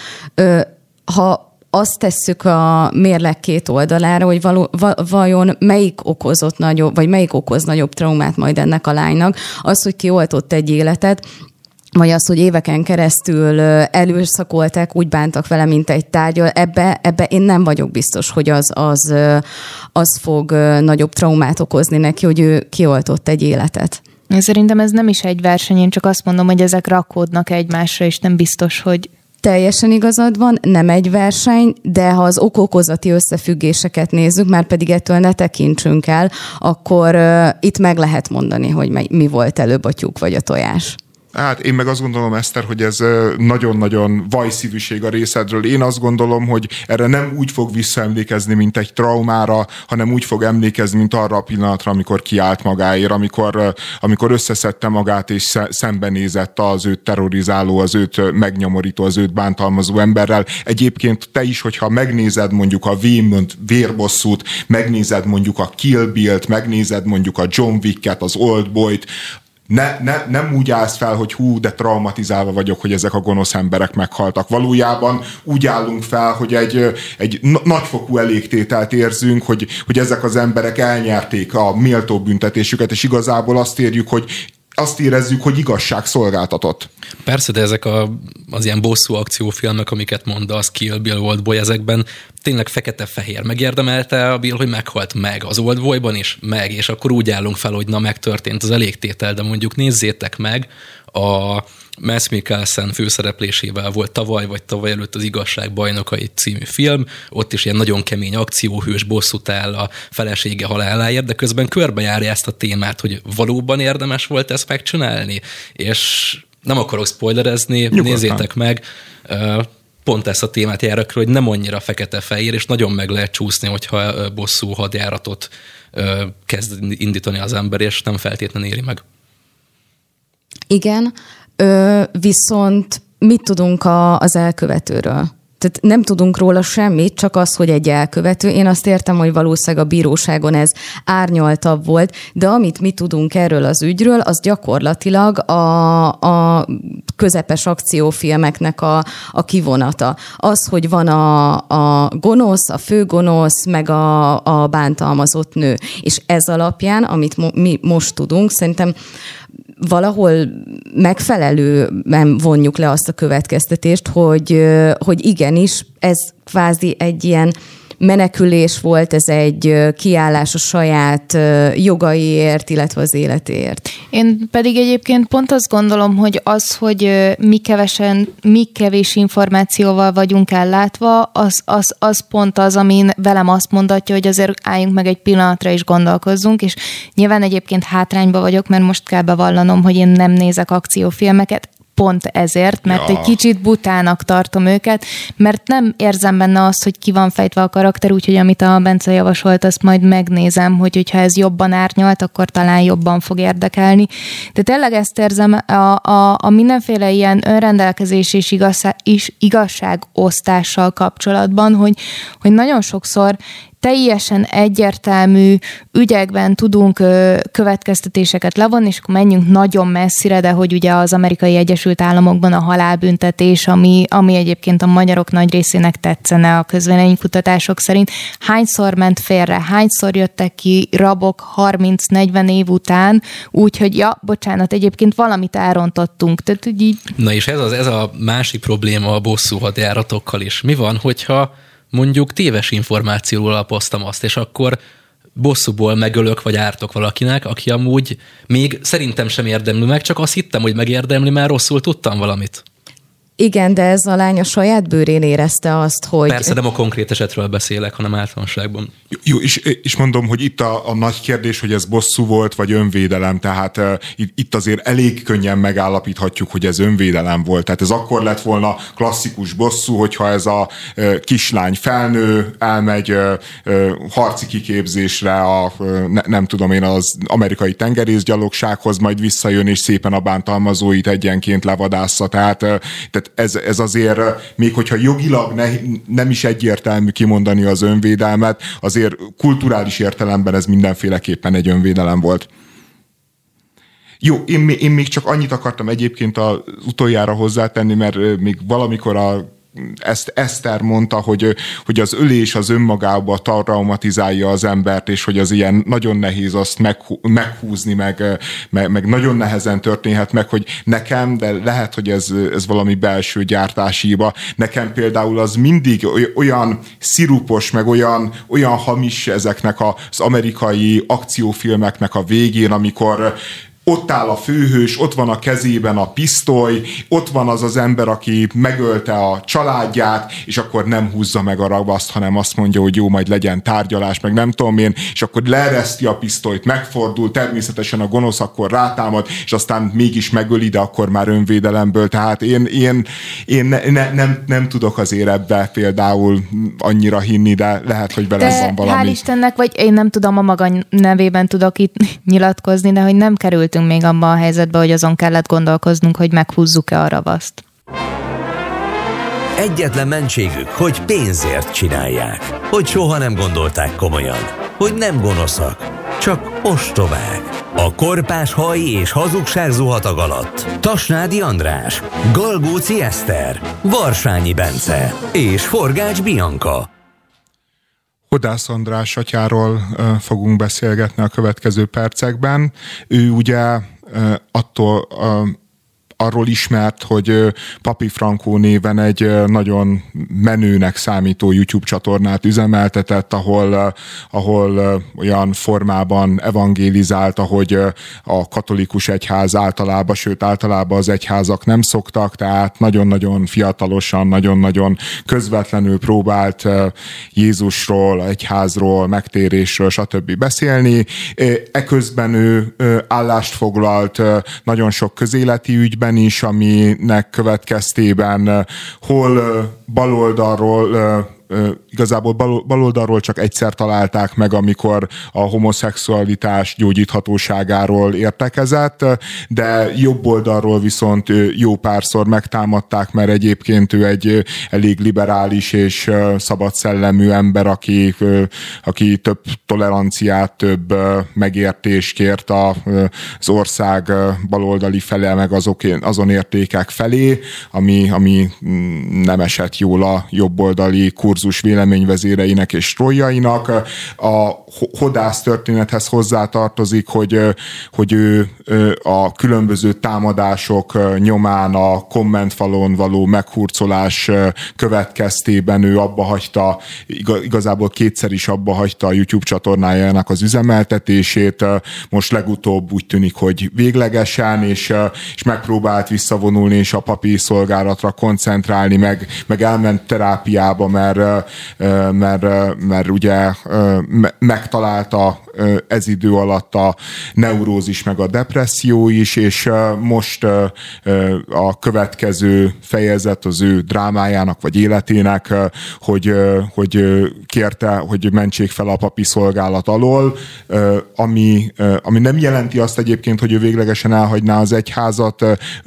ha azt tesszük a mérleg két oldalára, hogy vajon melyik okoz nagyobb traumát majd ennek a lánynak, az, hogy kioltott egy életet, vagy az, hogy éveken keresztül előszakolták, úgy bántak vele, mint egy tárgyal, ebbe én nem vagyok biztos, hogy az fog nagyobb traumát okozni neki, hogy ő kioltott egy életet. Szerintem ez nem is egy verseny, én csak azt mondom, hogy ezek rakódnak egymásra, és nem biztos, hogy... Teljesen igazad van, nem egy verseny, de ha az ok-okozati összefüggéseket nézzük, már pedig ettől ne tekintsünk el, akkor itt meg lehet mondani, hogy mi volt előbb, a tyúk vagy a tojás. Hát én meg azt gondolom, Eszter, hogy ez nagyon-nagyon vajszívűség a részedről. Én azt gondolom, hogy erre nem úgy fog visszaemlékezni, mint egy traumára, hanem úgy fog emlékezni, mint arra a pillanatra, amikor kiállt magáért, amikor összeszedte magát és szembenézett az őt terrorizáló, az őt megnyomorító, az őt bántalmazó emberrel. Egyébként te is, hogyha megnézed mondjuk a Vérbosszút, megnézed mondjuk a Kill Bill-t, megnézed mondjuk a John Wick-et, az Oldboyt, nem úgy állsz fel, hogy de traumatizálva vagyok, hogy ezek a gonosz emberek meghaltak. Valójában úgy állunk fel, hogy egy nagyfokú elégtételt érzünk, hogy ezek az emberek elnyerték a méltó büntetésüket, és igazából azt érjük, hogy azt érezzük, hogy igazság szolgáltatott. Persze, de ezek az ilyen bosszú akciófilmek, amiket mondasz, Kill Bill, Oldboy, ezekben tényleg fekete-fehér. Megérdemelte a Bill, hogy meghalt meg. Az Oldboyban is meg, és akkor úgy állunk fel, hogy na, megtörtént az elégtétel, de mondjuk nézzétek meg, a Mads Mikkelsen főszereplésével volt tavaly előtt az Igazság bajnokai című film, ott is ilyen nagyon kemény akcióhős, bosszút áll a felesége haláláért, de közben körbejárja ezt a témát, hogy valóban érdemes volt ezt megcsinálni, és nem akarok spoilerezni, nyugodtan. Nézzétek meg, pont ezt a témát jár akkor, hogy nem annyira fekete-fehér, és nagyon meg lehet csúszni, hogyha bosszú hadjáratot kezd indítani az ember, és nem feltétlenül éri meg. Igen, viszont mit tudunk az elkövetőről? Tehát nem tudunk róla semmit, csak az, hogy egy elkövető. Én azt értem, hogy valószínűleg a bíróságon ez árnyaltabb volt, de amit mi tudunk erről az ügyről, az gyakorlatilag a közepes akciófilmeknek a kivonata. Az, hogy van a gonosz, a főgonosz, meg a bántalmazott nő. És ez alapján, amit mi most tudunk, szerintem valahol megfelelően vonjuk le azt a következtetést, hogy igenis, ez kvázi egy ilyen menekülés volt, ez egy kiállás a saját jogaiért, illetve az életéért. Én pedig egyébként pont azt gondolom, hogy az, hogy mi kevés információval vagyunk ellátva, az pont az, amin velem azt mondatja, hogy azért álljunk meg egy pillanatra és gondolkozzunk, és nyilván egyébként hátrányba vagyok, mert most kell bevallanom, hogy én nem nézek akciófilmeket, pont ezért, mert egy kicsit butának tartom őket, mert nem érzem benne azt, hogy ki van fejtve a karakter, úgyhogy amit a Bence javasolt, azt majd megnézem, hogyha ez jobban árnyalt, akkor talán jobban fog érdekelni. De tényleg ezt érzem a mindenféle ilyen önrendelkezés és igazságosztással kapcsolatban, hogy nagyon sokszor teljesen egyértelmű ügyekben tudunk következtetéseket levonni, és akkor menjünk nagyon messzire, de hogy ugye az Amerikai Egyesült Államokban a halálbüntetés, ami egyébként a magyarok nagy részének tetszene a közvéleménykutatások szerint, hányszor ment félre, hányszor jöttek ki rabok 30-40 év után, úgyhogy bocsánat, egyébként valamit elrontottunk. Tehát, így... Na és ez a másik probléma a bosszú hadjáratokkal is. Mi van, hogyha mondjuk téves információról alapoztam azt, és akkor bosszúból megölök vagy ártok valakinek, aki amúgy még szerintem sem érdemli meg, csak azt hittem, hogy megérdemli, mert rosszul tudtam valamit. Igen, de ez a lány a saját bőrén érezte azt, hogy... Persze, nem a konkrét esetről beszélek, hanem általánosságban. Jó, és mondom, hogy itt a nagy kérdés, hogy ez bosszú volt, vagy önvédelem, tehát itt azért elég könnyen megállapíthatjuk, hogy ez önvédelem volt. Tehát ez akkor lett volna klasszikus bosszú, hogyha ez a kislány felnő, elmegy harci kiképzésre nem tudom én, az amerikai tengerészgyalogsághoz, majd visszajön, és szépen a bántalmazóit egyenként levadásza. Tehát ez azért, még hogyha jogilag nem is egyértelmű kimondani az önvédelmet, azért kulturális értelemben ez mindenféleképpen egy önvédelem volt. Jó, én még csak annyit akartam egyébként az utoljára hozzátenni, mert még valamikor ezt Eszter mondta, hogy az ölés az önmagába traumatizálja az embert, és hogy az ilyen nagyon nehéz azt meghúzni, meg nagyon nehezen történhet meg, hogy nekem, de lehet, hogy ez valami belső gyártáshiba. Nekem például az mindig olyan szirupos, meg olyan hamis ezeknek az amerikai akciófilmeknek a végén, amikor ott áll a főhős, ott van a kezében a pisztoly, ott van az ember, aki megölte a családját, és akkor nem húzza meg a ravaszt, hanem azt mondja, hogy jó, majd legyen tárgyalás, meg nem tudom én, és akkor leereszti a pisztolyt, megfordul, természetesen a gonosz akkor rátámad, és aztán mégis megöli, de akkor már önvédelemből. Tehát én nem tudok azért ebbe például annyira hinni, de lehet, hogy velem van valami. Hál' Istennek, vagy én nem tudom, a maga nevében tudok itt nyilatkozni, de hogy nem kerültünk még abban a helyzetben, hogy azon kellett gondolkoznunk, hogy meghúzzuk-e a ravaszt. Egyetlen mentségük, hogy pénzért csinálják. Hogy soha nem gondolták komolyan. Hogy nem gonoszak, csak ostobák. A korpás haj és hazugság zuhatag alatt Tasnádi András, Galgóci Eszter, Varsányi Bence és Forgács Bianka. Hodász András atyáról fogunk beszélgetni a következő percekben. Ő ugye arról ismert, hogy Papi Frankó néven egy nagyon menőnek számító YouTube csatornát üzemeltetett, ahol olyan formában evangélizált, ahogy a katolikus egyház általában az egyházak nem szoktak, tehát nagyon-nagyon fiatalosan, nagyon-nagyon közvetlenül próbált Jézusról, egyházról, megtérésről, stb. Beszélni. Eközben ő állást foglalt nagyon sok közéleti ügyben is, aminek következtében hol baloldalról igazából baloldalról csak egyszer találták meg, amikor a homoszexualitás gyógyíthatóságáról értekezett, de jobb oldalról viszont jó párszor megtámadták, mert egyébként ő egy elég liberális és szabadszellemű ember, aki több toleranciát, több megértést kért az ország baloldali fele, meg azon értékek felé, ami nem esett jól a jobboldali kurzus véleményvezéreinek és trolljainak. A Hodász történethez hozzátartozik, hogy ő a különböző támadások nyomán a kommentfalon való meghurcolás következtében ő abbahagyta, igazából kétszer is abbahagyta a YouTube csatornájának az üzemeltetését. Most legutóbb úgy tűnik, hogy véglegesen, és megpróbált visszavonulni, és a papi szolgálatra koncentrálni, meg elment terápiába, mert ugye megtalálta ez idő alatt a neurózis meg a depresszió is, és most a következő fejezet az ő drámájának vagy életének, hogy kérte, hogy mentsék fel a papi szolgálat alól, ami nem jelenti azt egyébként, hogy ő véglegesen elhagyná az egyházat.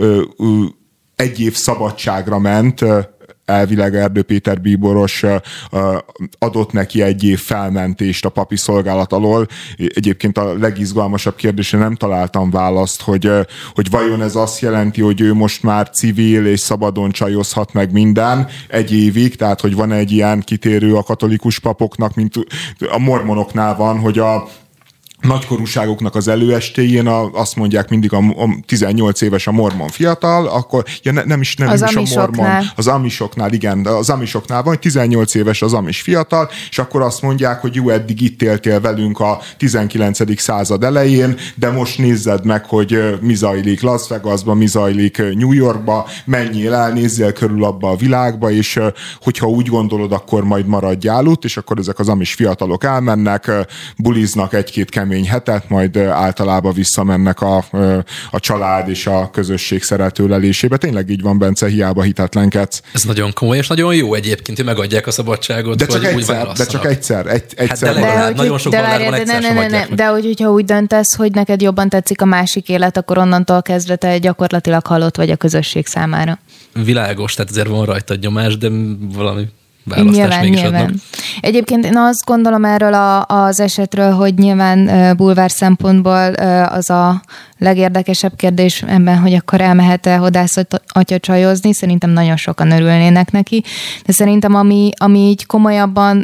Egy év szabadságra ment, elvileg Erdő Péter bíboros adott neki egy év felmentést a papi szolgálat alól. Egyébként a legizgalmasabb kérdésre nem találtam választ, hogy vajon ez azt jelenti, hogy ő most már civil és szabadon csajozhat meg minden egy évig, tehát hogy van egy ilyen kitérő a katolikus papoknak, mint a mormonoknál van, hogy a nagykorúságoknak az előestéjén azt mondják mindig a 18 éves a mormon fiatal, akkor nem is a mormon, az amisoknál, igen, az amisoknál van, hogy 18 éves az amis fiatal, és akkor azt mondják, hogy jó, eddig itt éltél velünk a 19. század elején, de most nézzed meg, hogy mi zajlik Las Vegasba, mi zajlik New Yorkba, menjél el, nézzél körül abba a világba, és hogyha úgy gondolod, akkor majd maradjál ott, és akkor ezek az amis fiatalok elmennek, buliznak egy-két kemény hetet, majd általában visszamennek a család és a közösség szeretőlelésébe. Tényleg így van, Bence, hiába hitetlenkedsz. Ez nagyon komoly, és nagyon jó egyébként, hogy megadják a szabadságot, de csak hogy egyszer, úgy választanak. De csak egyszer. Nagyon sok vallásban egyszer sem adják meg. De hogyha úgy döntesz, hogy neked jobban tetszik a másik élet, akkor onnantól kezdve te gyakorlatilag halott vagy a közösség számára. Világos, tehát ezért van rajta nyomás, de valami választás mégis adnak. Egyébként én azt gondolom erről az esetről, hogy nyilván bulvár szempontból az a legérdekesebb kérdés ebben, hogy akkor elmehet-e Hodász atya csajozni. Szerintem nagyon sokan örülnének neki. De szerintem ami így komolyabban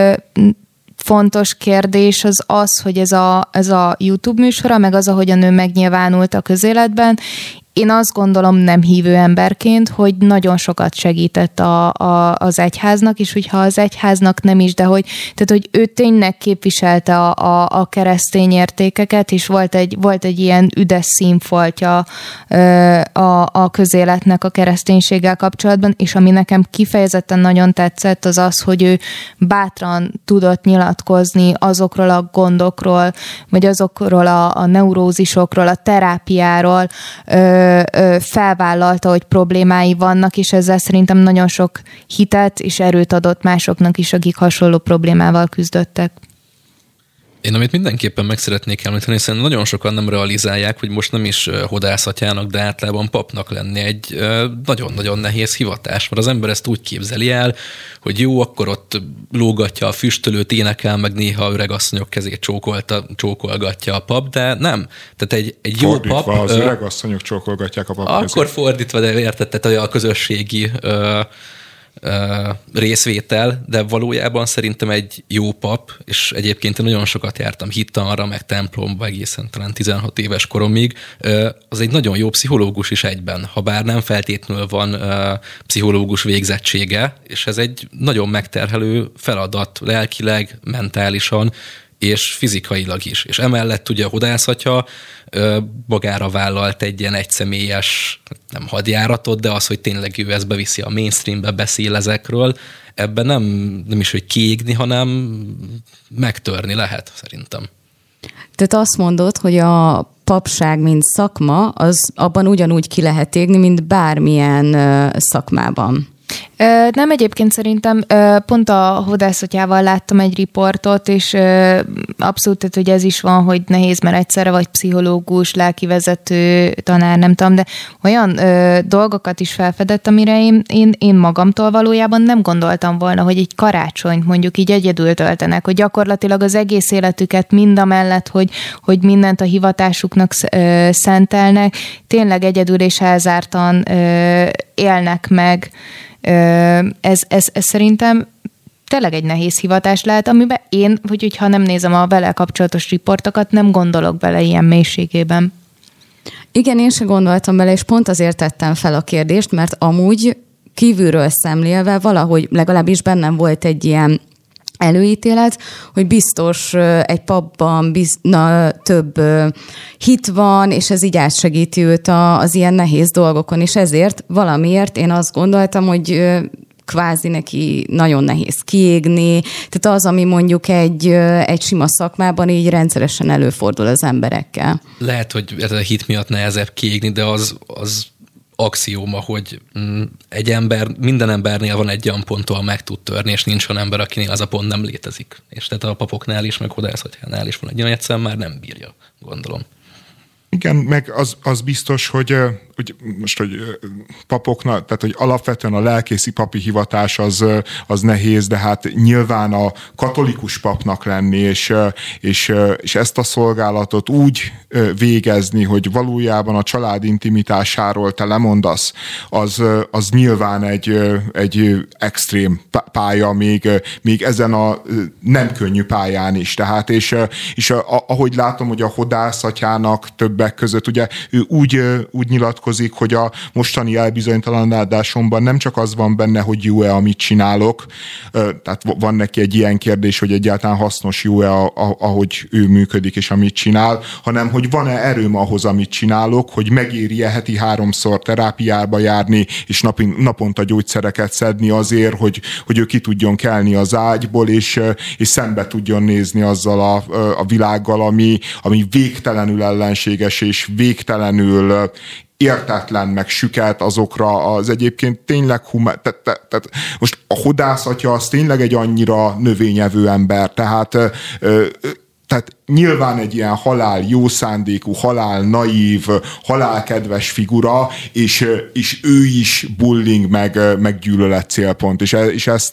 fontos kérdés az, hogy ez a YouTube műsora, meg az, ahogy a nő megnyilvánult a közéletben, én azt gondolom nem hívő emberként, hogy nagyon sokat segített az egyháznak, és hogyha az egyháznak nem is, de hogy ő tényleg képviselte a keresztény értékeket, és volt egy ilyen üdes színfoltja a közéletnek a kereszténységgel kapcsolatban, és ami nekem kifejezetten nagyon tetszett, az az, hogy ő bátran tudott nyilatkozni azokról a gondokról, vagy azokról a neurózisokról, a terápiáról, felvállalta, hogy problémái vannak, és ezzel szerintem nagyon sok hitet és erőt adott másoknak is, akik hasonló problémával küzdöttek. Én amit mindenképpen meg szeretnék említeni, hiszen nagyon sokan nem realizálják, hogy most nem is hodászatyának, de általában papnak lenni egy nagyon-nagyon nehéz hivatás, mert az ember ezt úgy képzeli el, hogy jó, akkor ott lógatja a füstölőt, énekel, meg néha öregasszonyok kezét csókolgatja a pap, de nem. Tehát egy jó pap... az öregasszonyok csókolgatják a pap kezét. Akkor fordítva, de érted, tehát a közösségi részvétel, de valójában szerintem egy jó pap, és egyébként én nagyon sokat jártam hittanra, meg templomba egészen talán 16 éves koromig, az egy nagyon jó pszichológus is egyben, ha bár nem feltétlenül van pszichológus végzettsége, és ez egy nagyon megterhelő feladat lelkileg, mentálisan, és fizikailag is. És emellett ugye a Hodászatya magára vállalt egy ilyen egyszemélyes, nem hadjáratot, de az, hogy tényleg ő ezt beviszi a mainstreambe, beszél ezekről, ebben nem is, hogy kiégni, hanem megtörni lehet, szerintem. Tehát azt mondod, hogy a papság, mint szakma, az abban ugyanúgy ki lehet égni, mint bármilyen szakmában. Nem, egyébként szerintem pont a Hodászatjával láttam egy riportot, és abszolút, tehát, hogy ez is van, hogy nehéz, mert egyszerre vagy pszichológus, lelkivezető, tanár, nem tudom, de olyan dolgokat is felfedett, amire én magamtól valójában nem gondoltam volna, hogy egy karácsonyt mondjuk így egyedül töltenek, hogy gyakorlatilag az egész életüket mindamellett, hogy mindent a hivatásuknak szentelnek, tényleg egyedül és elzártan élnek meg. Ez szerintem tényleg egy nehéz hivatás lehet, amiben én, hogyha nem nézem a vele kapcsolatos riportokat, nem gondolok bele ilyen mélységében. Igen, én sem gondoltam bele, és pont azért tettem fel a kérdést, mert amúgy kívülről szemlélve valahogy legalábbis bennem volt egy ilyen előítélet, hogy biztos egy papban több hit van, és ez így átsegíti őt az ilyen nehéz dolgokon, és ezért valamiért én azt gondoltam, hogy kvázi neki nagyon nehéz kiégni, tehát az, ami mondjuk egy sima szakmában így rendszeresen előfordul az emberekkel. Lehet, hogy ez a hit miatt nehezebb kiégni, de az axióma, hogy minden embernél van egy olyan pont, ahol meg tud törni, és nincs olyan ember, akinél az a pont nem létezik. És tehát a papoknál is, meg Hodászatjánál is van egy olyan, egyszerűen már nem bírja, gondolom. Igen, meg az biztos, hogy most, hogy papoknak, tehát hogy alapvetően a lelkészi papi hivatás az nehéz, de hát nyilván a katolikus papnak lenni, és ezt a szolgálatot úgy végezni, hogy valójában a család intimitásáról te lemondasz, az nyilván egy extrém pálya, még ezen a nem könnyű pályán is. Tehát, és ahogy látom, hogy a Hodászatyának többek között, ugye ő úgy nyilatkozik, hogy a mostani elbizonytalanodásomban nem csak az van benne, hogy jó-e, amit csinálok, tehát van neki egy ilyen kérdés, hogy egyáltalán hasznos, jó-e, ahogy ő működik és amit csinál, hanem hogy van-e erőm ahhoz, amit csinálok, hogy megéri-e heti 3-szor terápiába járni, és naponta gyógyszereket szedni azért, hogy ő ki tudjon kelni az ágyból, és szembe tudjon nézni azzal a világgal, ami végtelenül ellenséges, és végtelenül értetlen, meg süket azokra az egyébként tényleg tehát most a Hodászatya az tényleg egy annyira növényevő ember, tehát nyilván egy ilyen halál jó szándékú, halál naív, halál kedves figura, és ő is bullying meg gyűlölet célpont, és ezt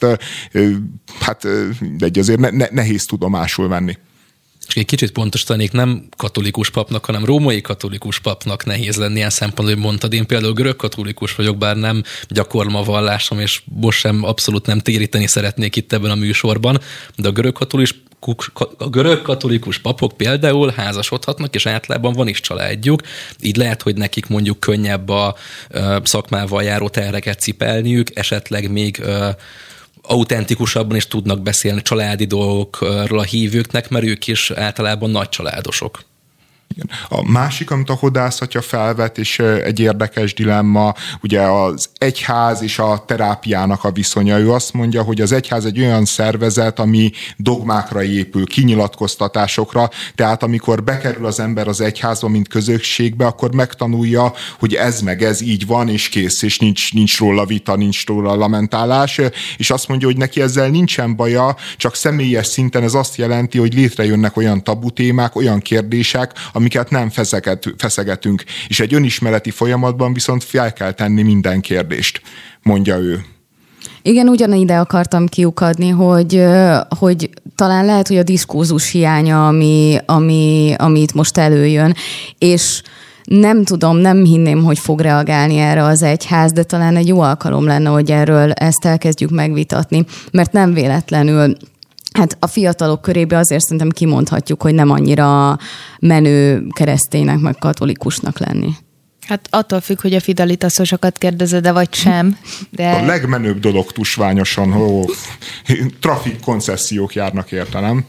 azért nehéz tudomásul venni. És egy kicsit pontosítanék, nem katolikus papnak, hanem római katolikus papnak nehéz lenni ilyen szempontból, hogy mondtad. Én például görög katolikus vagyok, bár nem gyakorlom a vallásom, és most sem abszolút nem téríteni szeretnék itt ebben a műsorban, de a görög katolikus papok például házasodhatnak, és általában van is családjuk, így lehet, hogy nekik mondjuk könnyebb a szakmával járó terheket cipelniük, esetleg még autentikusabban is tudnak beszélni családi dolgokról a hívőknek, mert ők is általában nagy családosok. Igen. A másik, amit a Hodászatya felvet, és egy érdekes dilemma, ugye az egyház és a terápiának a viszonya. Ő azt mondja, hogy az egyház egy olyan szervezet, ami dogmákra épül, kinyilatkoztatásokra, tehát amikor bekerül az ember az egyházba, mint közösségbe, akkor megtanulja, hogy ez meg ez így van, és kész, és nincs róla vita, nincs róla lamentálás, és azt mondja, hogy neki ezzel nincsen baja, csak személyes szinten ez azt jelenti, hogy létrejönnek olyan tabu témák, olyan kérdések, amiket nem feszegetünk. És egy önismereti folyamatban viszont fel kell tenni minden kérdést, mondja ő. Igen, ugyanide akartam kiukadni, hogy talán lehet, hogy a diskurzus hiánya, ami itt most előjön, és Nem tudom, nem hinném, hogy fog reagálni erre az egyház, de talán egy jó alkalom lenne, hogy erről ezt elkezdjük megvitatni, mert nem véletlenül hát a fiatalok körében azért szerintem kimondhatjuk, hogy nem annyira menő kereszténynek, meg katolikusnak lenni. Hát attól függ, hogy a fidelitaszosokat kérdezed-e, vagy sem. De... A legmenőbb dolog tusványosan, trafik koncesziók járnak érte, nem?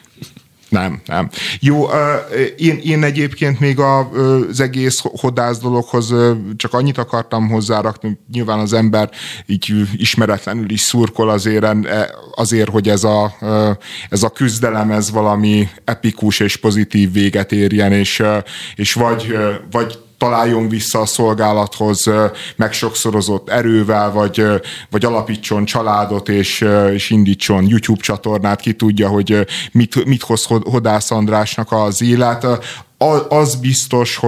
Nem. Jó, én egyébként még az egész hodász dologhoz csak annyit akartam hozzárakni, nyilván az ember így ismeretlenül is szurkol azért, hogy ez a küzdelem, ez valami epikus és pozitív véget érjen, és vagy találjon vissza a szolgálathoz megsokszorozott erővel, vagy alapítson családot, és indítson YouTube csatornát, ki tudja, hogy mit hoz Hodász Andrásnak az élet. Az biztos,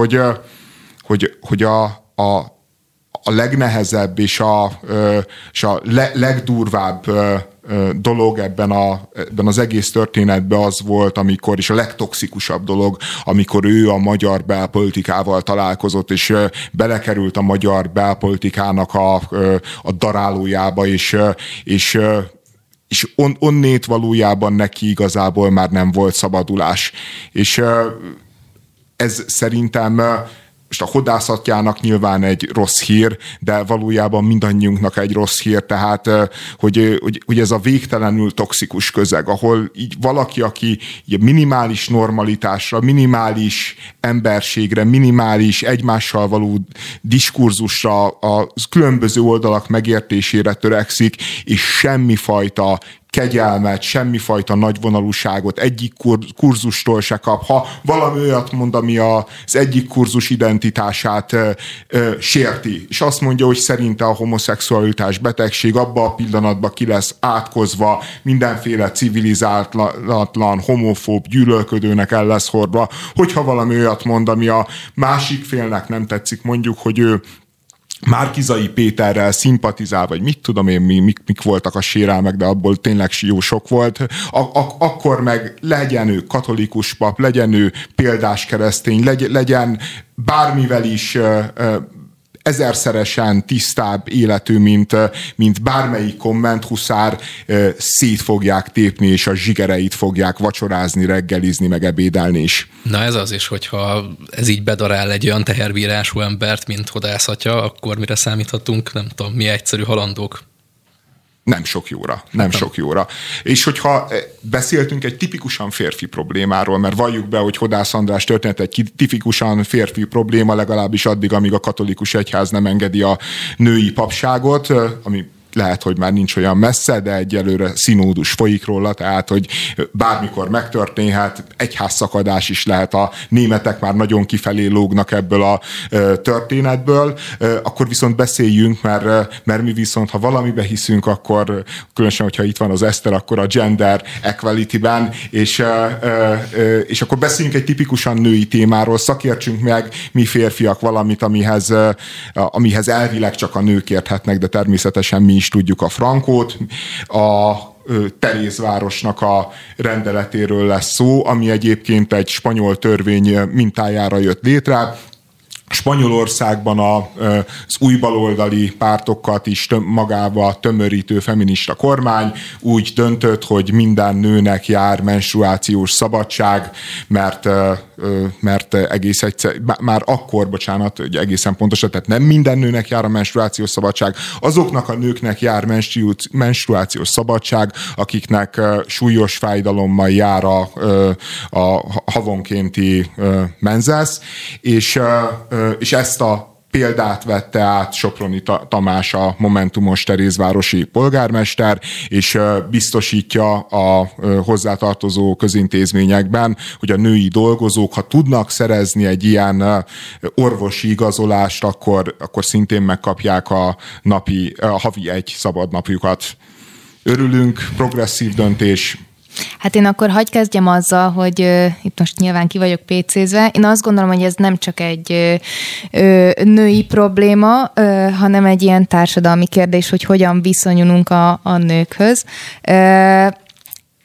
hogy a legnehezebb és a legdurvább dolog ebben az egész történetben az volt, amikor, és a legtoxikusabb dolog, amikor ő a magyar belpolitikával találkozott, és belekerült a magyar belpolitikának a darálójába, és onnét valójában neki igazából már nem volt szabadulás. És ez szerintem most a hodászatjának nyilván egy rossz hír, de valójában mindannyiunknak egy rossz hír, tehát hogy ez a végtelenül toxikus közeg, ahol így valaki, aki minimális normalitásra, minimális emberségre, minimális egymással való diskurzusra, a különböző oldalak megértésére törekszik, és semmifajta kegyelmet, semmifajta nagyvonalúságot egyik kurzustól se kap. Ha valami olyat mond, ami az egyik kurzus identitását sérti, és azt mondja, hogy szerinte a homoszexualitás betegség, abban a pillanatban ki lesz átkozva, mindenféle civilizátlan, homofób, gyűlölködőnek el lesz hordva, hogyha valami olyat mond, ami a másik félnek nem tetszik, mondjuk, hogy ő Márki-Zay Péterrel szimpatizál, vagy mit tudom én, mik voltak a sérelmek, de abból tényleg jó sok volt, akkor meg legyen ő katolikus pap, legyen ő példás keresztény, legyen bármivel is ezerszeresen tisztább életű, mint bármelyik kommenthuszár, szét fogják tépni, és a zsigereit fogják vacsorázni, reggelizni, meg ebédelni is. Na ez az is, hogyha ez így bedarál egy olyan teherbírású embert, mint hodászatja, akkor mire számíthatunk? Nem tudom, mi egyszerű halandók. Nem sok jóra. És hogyha beszéltünk egy tipikusan férfi problémáról, mert valljuk be, hogy Hodász András történet egy tipikusan férfi probléma, legalábbis addig, amíg a katolikus egyház nem engedi a női papságot, ami lehet, hogy már nincs olyan messze, de egyelőre színódus folyik róla, tehát, hogy bármikor megtörténhet, egyházszakadás is lehet, a németek már nagyon kifelé lógnak ebből a történetből, akkor viszont beszéljünk, mert mi viszont, ha valamibe hiszünk, akkor különösen, hogyha itt van az Eszter, akkor a gender equality-ben, és akkor beszéljünk egy tipikusan női témáról, szakértsünk meg mi férfiak valamit, amihez elvileg csak a nők érthetnek, de természetesen mi is tudjuk a frankót. A Terézvárosnak a rendeletéről lesz szó, ami egyébként egy spanyol törvény mintájára jött létre. Spanyolországban az új baloldali pártokat is magába tömörítő feminista kormány úgy döntött, hogy minden nőnek jár menstruációs szabadság, mert egész egyszer, már akkor, ugye egészen pontosan, tehát nem minden nőnek jár a menstruációs szabadság, azoknak a nőknek jár menstruációs szabadság, akiknek súlyos fájdalommal jár a havonkénti menzesz, és ezt a példát vette át Soproni Tamás, a momentumos terézvárosi polgármester, és biztosítja a hozzátartozó közintézményekben, hogy a női dolgozók, ha tudnak szerezni egy ilyen orvosi igazolást, akkor szintén megkapják a havi egy szabadnapjukat. Örülünk, progresszív döntés. Hát én akkor hadd kezdjem azzal, hogy itt most nyilván ki vagyok PC-zve. Én azt gondolom, hogy ez nem csak egy női probléma, hanem egy ilyen társadalmi kérdés, hogy hogyan viszonyulunk a nőkhöz.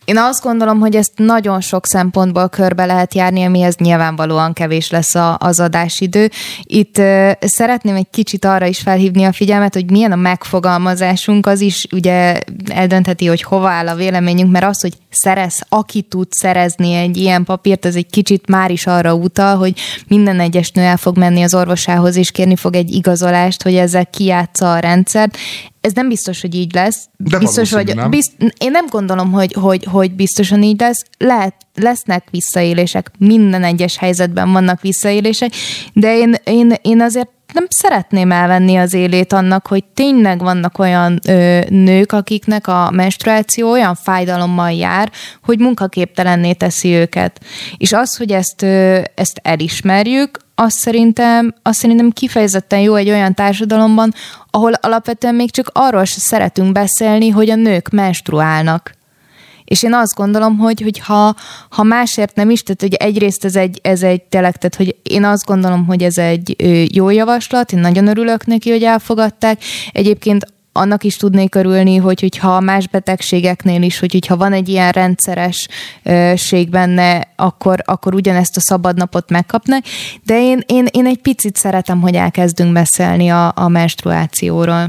Én azt gondolom, hogy ezt nagyon sok szempontból körbe lehet járni, amihez nyilvánvalóan kevés lesz az adásidő. Itt szeretném egy kicsit arra is felhívni a figyelmet, hogy milyen a megfogalmazásunk, az is ugye eldöntheti, hogy hova áll a véleményünk, mert az, hogy aki tud szerezni egy ilyen papírt, az egy kicsit már is arra utal, hogy minden egyes nő el fog menni az orvosához, és kérni fog egy igazolást, hogy ezzel kijátsza a rendszert. Ez nem biztos, hogy így lesz. De biztos, hogy nem. Én nem gondolom, hogy biztosan így lesz. Lesznek visszaélések, minden egyes helyzetben vannak visszaélések, de én azért nem szeretném elvenni az élét annak, hogy tényleg vannak olyan nők, akiknek a menstruáció olyan fájdalommal jár, hogy munkaképtelenné teszi őket. És az, hogy ezt elismerjük, azt szerintem kifejezetten jó egy olyan társadalomban, ahol alapvetően még csak arról se szeretünk beszélni, hogy a nők menstruálnak. És én azt gondolom, hogy ha másért nem is, tehát hogy egyrészt ez egy tényleg, tehát hogy én azt gondolom, hogy ez egy jó javaslat, én nagyon örülök neki, hogy elfogadták. Egyébként annak is tudnék örülni, hogyha más betegségeknél is, hogyha van egy ilyen rendszeresség benne, akkor ugyanezt a szabadnapot megkapnak. De én egy picit szeretem, hogy elkezdünk beszélni a menstruációról.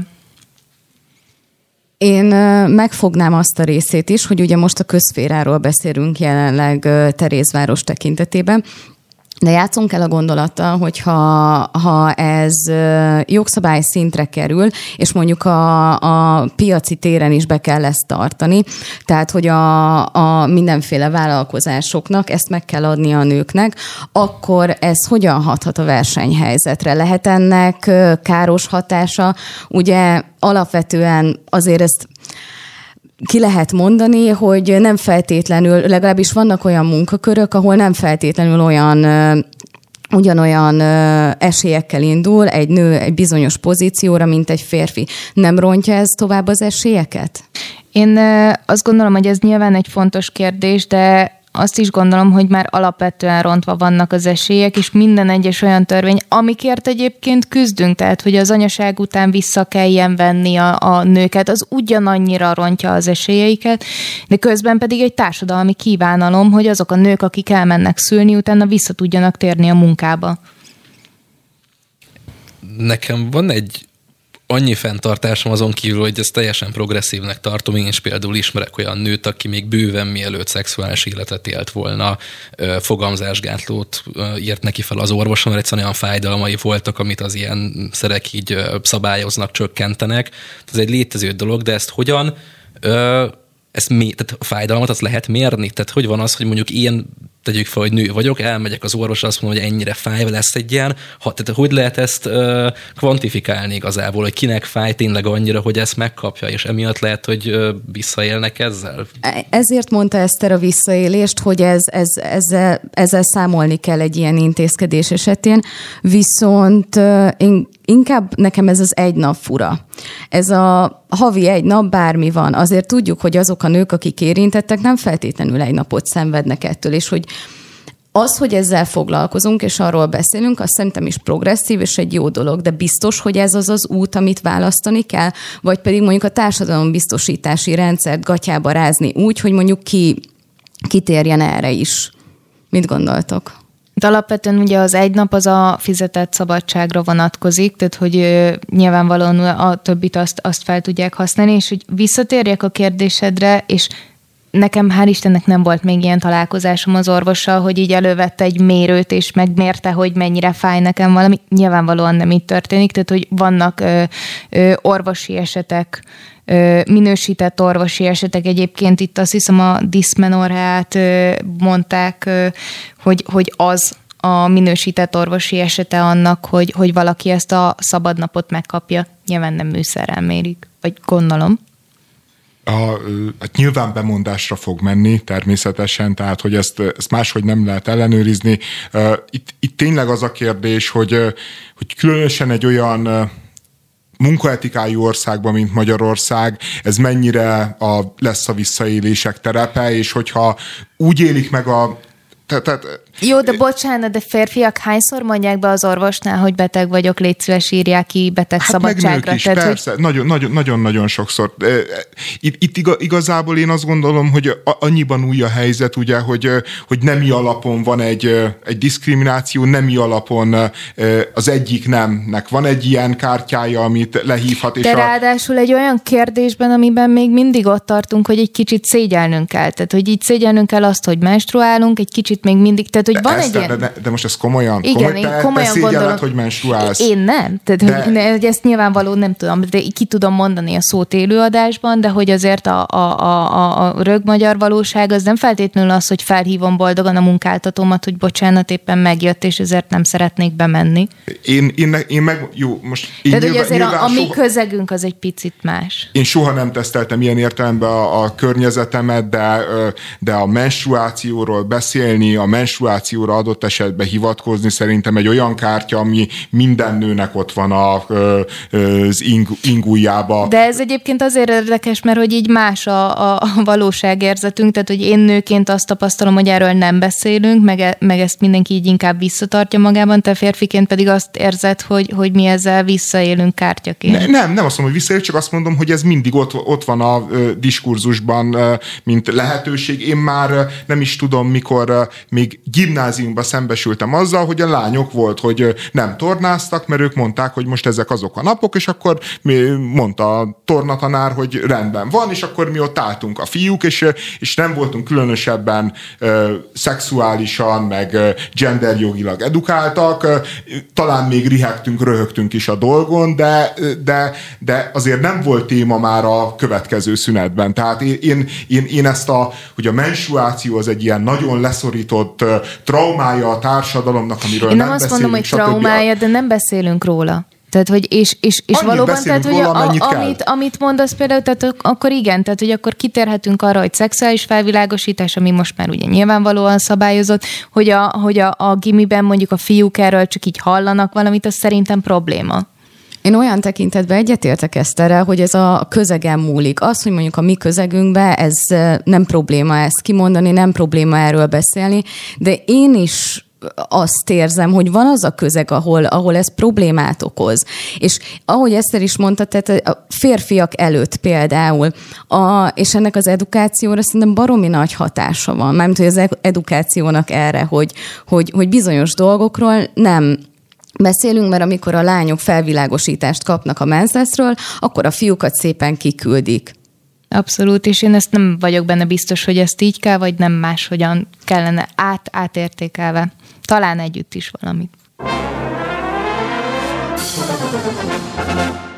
Én megfognám azt a részét is, hogy ugye most a közszféráról beszélünk jelenleg Terézváros tekintetében, de játszunk el a gondolattal, hogy ha ez jogszabály szintre kerül, és mondjuk a piaci téren is be kell ezt tartani, tehát hogy a mindenféle vállalkozásoknak ezt meg kell adni a nőknek, akkor ez hogyan hathat a versenyhelyzetre? Lehet ennek káros hatása? Ugye alapvetően azért ezt ki lehet mondani, hogy nem feltétlenül, legalábbis vannak olyan munkakörök, ahol nem feltétlenül ugyanolyan esélyekkel indul egy nő egy bizonyos pozícióra, mint egy férfi. Nem rontja ez tovább az esélyeket? Én azt gondolom, hogy ez nyilván egy fontos kérdés, de azt is gondolom, hogy már alapvetően rontva vannak az esélyek, és minden egyes olyan törvény, amikért egyébként küzdünk, tehát hogy az anyaság után vissza kelljen venni a nőket, az ugyanannyira rontja az esélyeiket, de közben pedig egy társadalmi kívánalom, hogy azok a nők, akik elmennek szülni, utána vissza tudjanak térni a munkába. Nekem van egy annyi fenntartásom azon kívül, hogy ezt teljesen progresszívnek tartom. Én is például ismerek olyan nőt, aki még bőven mielőtt szexuális életet élt volna, fogamzásgátlót írt neki fel az orvoson, mert egyszerűen olyan fájdalmai voltak, amit az ilyen szerek így szabályoznak, csökkentenek. Ez egy létező dolog, de ezt hogyan... Tehát a fájdalmat azt lehet mérni? Tehát hogy van az, hogy mondjuk én tegyük fel, hogy nő vagyok, elmegyek az orvosra, azt mondom, hogy ennyire fáj, lesz egy ilyen. Tehát hogy lehet ezt kvantifikálni igazából, hogy kinek fáj tényleg annyira, hogy ezt megkapja, és emiatt lehet, hogy visszaélnek ezzel? Ezért mondta Eszter a visszaélést, hogy ezzel számolni kell egy ilyen intézkedés esetén, viszont inkább nekem ez az egy nap fura. Ez a havi egy nap bármi van. Azért tudjuk, hogy azok a nők, akik érintettek, nem feltétlenül egy napot szenvednek ettől, és hogy az, hogy ezzel foglalkozunk, és arról beszélünk, azt szerintem is progresszív, és egy jó dolog, de biztos, hogy ez az az út, amit választani kell, vagy pedig mondjuk a társadalombiztosítási rendszert gatyába rázni úgy, hogy mondjuk kitérjen erre is. Mit gondoltok? De alapvetően ugye az egy nap az a fizetett szabadságra vonatkozik, tehát hogy nyilvánvalóan a többit azt fel tudják használni, és hogy visszatérjek a kérdésedre, és nekem hál' Istennek nem volt még ilyen találkozásom az orvossal, hogy így elővette egy mérőt, és megmérte, hogy mennyire fáj nekem valami. Nyilvánvalóan nem így történik, tehát hogy vannak orvosi esetek, minősített orvosi esetek. Egyébként itt azt hiszem a diszmenorreát mondták, hogy az a minősített orvosi esete annak, hogy valaki ezt a szabadnapot megkapja. Nyilván nem műszerrel mérik, vagy gondolom. Nyilván bemondásra fog menni természetesen, tehát hogy ezt máshogy nem lehet ellenőrizni. Itt tényleg az a kérdés, hogy különösen egy olyan munkaetikájú országban, mint Magyarország, ez mennyire lesz a visszaélések terepe, és hogyha úgy élik meg tehát Jó, de bocsánat, de férfiak hányszor mondják be az orvosnál, hogy beteg vagyok, légy szíves, írják ki beteg szabadságra. Meg nők is, tehát, persze, nagyon sokszor. Itt igazából én azt gondolom, hogy annyiban új a helyzet, ugye, hogy nemi alapon van egy diszkrimináció, nemi alapon az egyik nemnek van egy ilyen kártyája, amit lehívhat. De ráadásul egy olyan kérdésben, amiben még mindig ott tartunk, hogy egy kicsit szégyelnünk kell. Tehát, hogy így szégyelnünk kell azt, hogy menstruálunk, egy kicsit még mindig, tehát, hogy van egy ilyen... De most ez komolyan? Igen, én komolyan gondolom. Hogy menstruálsz. Én nem. Tehát, hogy ezt nyilvánvaló nem tudom, de ki tudom mondani a szót élőadásban, de hogy azért a rögmagyar valóság az nem feltétlenül az, hogy felhívom boldogan a munkáltatómat, hogy bocsánat, éppen megjött, és ezért nem szeretnék bemenni. Én meg... Jó, most... Tehát, hogy azért a mi közegünk az egy picit más. Én soha nem teszteltem ilyen értelemben a környezetemet, de a menstruációról beszélni, a menstruációra adott esetben hivatkozni szerintem egy olyan kártya, ami minden nőnek ott van az ingújjába. De ez egyébként azért érdekes, mert hogy így más a valóságérzetünk, tehát hogy én nőként azt tapasztalom, hogy erről nem beszélünk, meg ezt mindenki így inkább visszatartja magában, te férfiként pedig azt érzed, hogy mi ezzel visszaélünk kártyaként. Nem azt mondom, hogy visszaélünk, csak azt mondom, hogy ez mindig ott van a diskurzusban, mint lehetőség. Én már nem is tudom, mikor még gimnáziumban szembesültem azzal, hogy a lányok volt, hogy nem tornáztak, mert ők mondták, hogy most ezek azok a napok, és akkor mondta a tornatanár, hogy rendben van, és akkor mi ott álltunk a fiúk, és nem voltunk különösebben szexuálisan, meg genderjogilag edukáltak, talán még rihegtünk, röhögtünk is a dolgon, de azért nem volt téma már a következő szünetben. Tehát én ezt hogy a menstruáció az egy ilyen nagyon leszorított traumája a társadalomnak, amiről én nem azt beszélünk. Mondom, hogy traumája, de nem beszélünk róla. Tehát, hogy és valóban, tehát, hogy amit mondasz például, tehát akkor igen, tehát, hogy akkor kitérhetünk arra, hogy szexuális felvilágosítás, ami most már ugye nyilvánvalóan szabályozott, hogy a gimiben mondjuk a fiúk erről csak így hallanak valamit, az szerintem probléma. Én olyan tekintetben egyetértek Eszterrel, hogy ez a közegen múlik. Az, hogy mondjuk a mi közegünkben ez nem probléma ezt kimondani, nem probléma erről beszélni, de én is azt érzem, hogy van az a közeg, ahol ez problémát okoz. És ahogy Eszter is mondta, tehát a férfiak előtt például, és ennek az edukációra szerintem baromi nagy hatása van. Mármint, hogy az edukációnak erre, hogy bizonyos dolgokról nem beszélünk, mert amikor a lányok felvilágosítást kapnak a menszeszről, akkor a fiúkat szépen kiküldik. Abszolút, és én ezt nem vagyok benne biztos, hogy ezt így kell, vagy nem máshogyan kellene átértékelve. Talán együtt is valamit.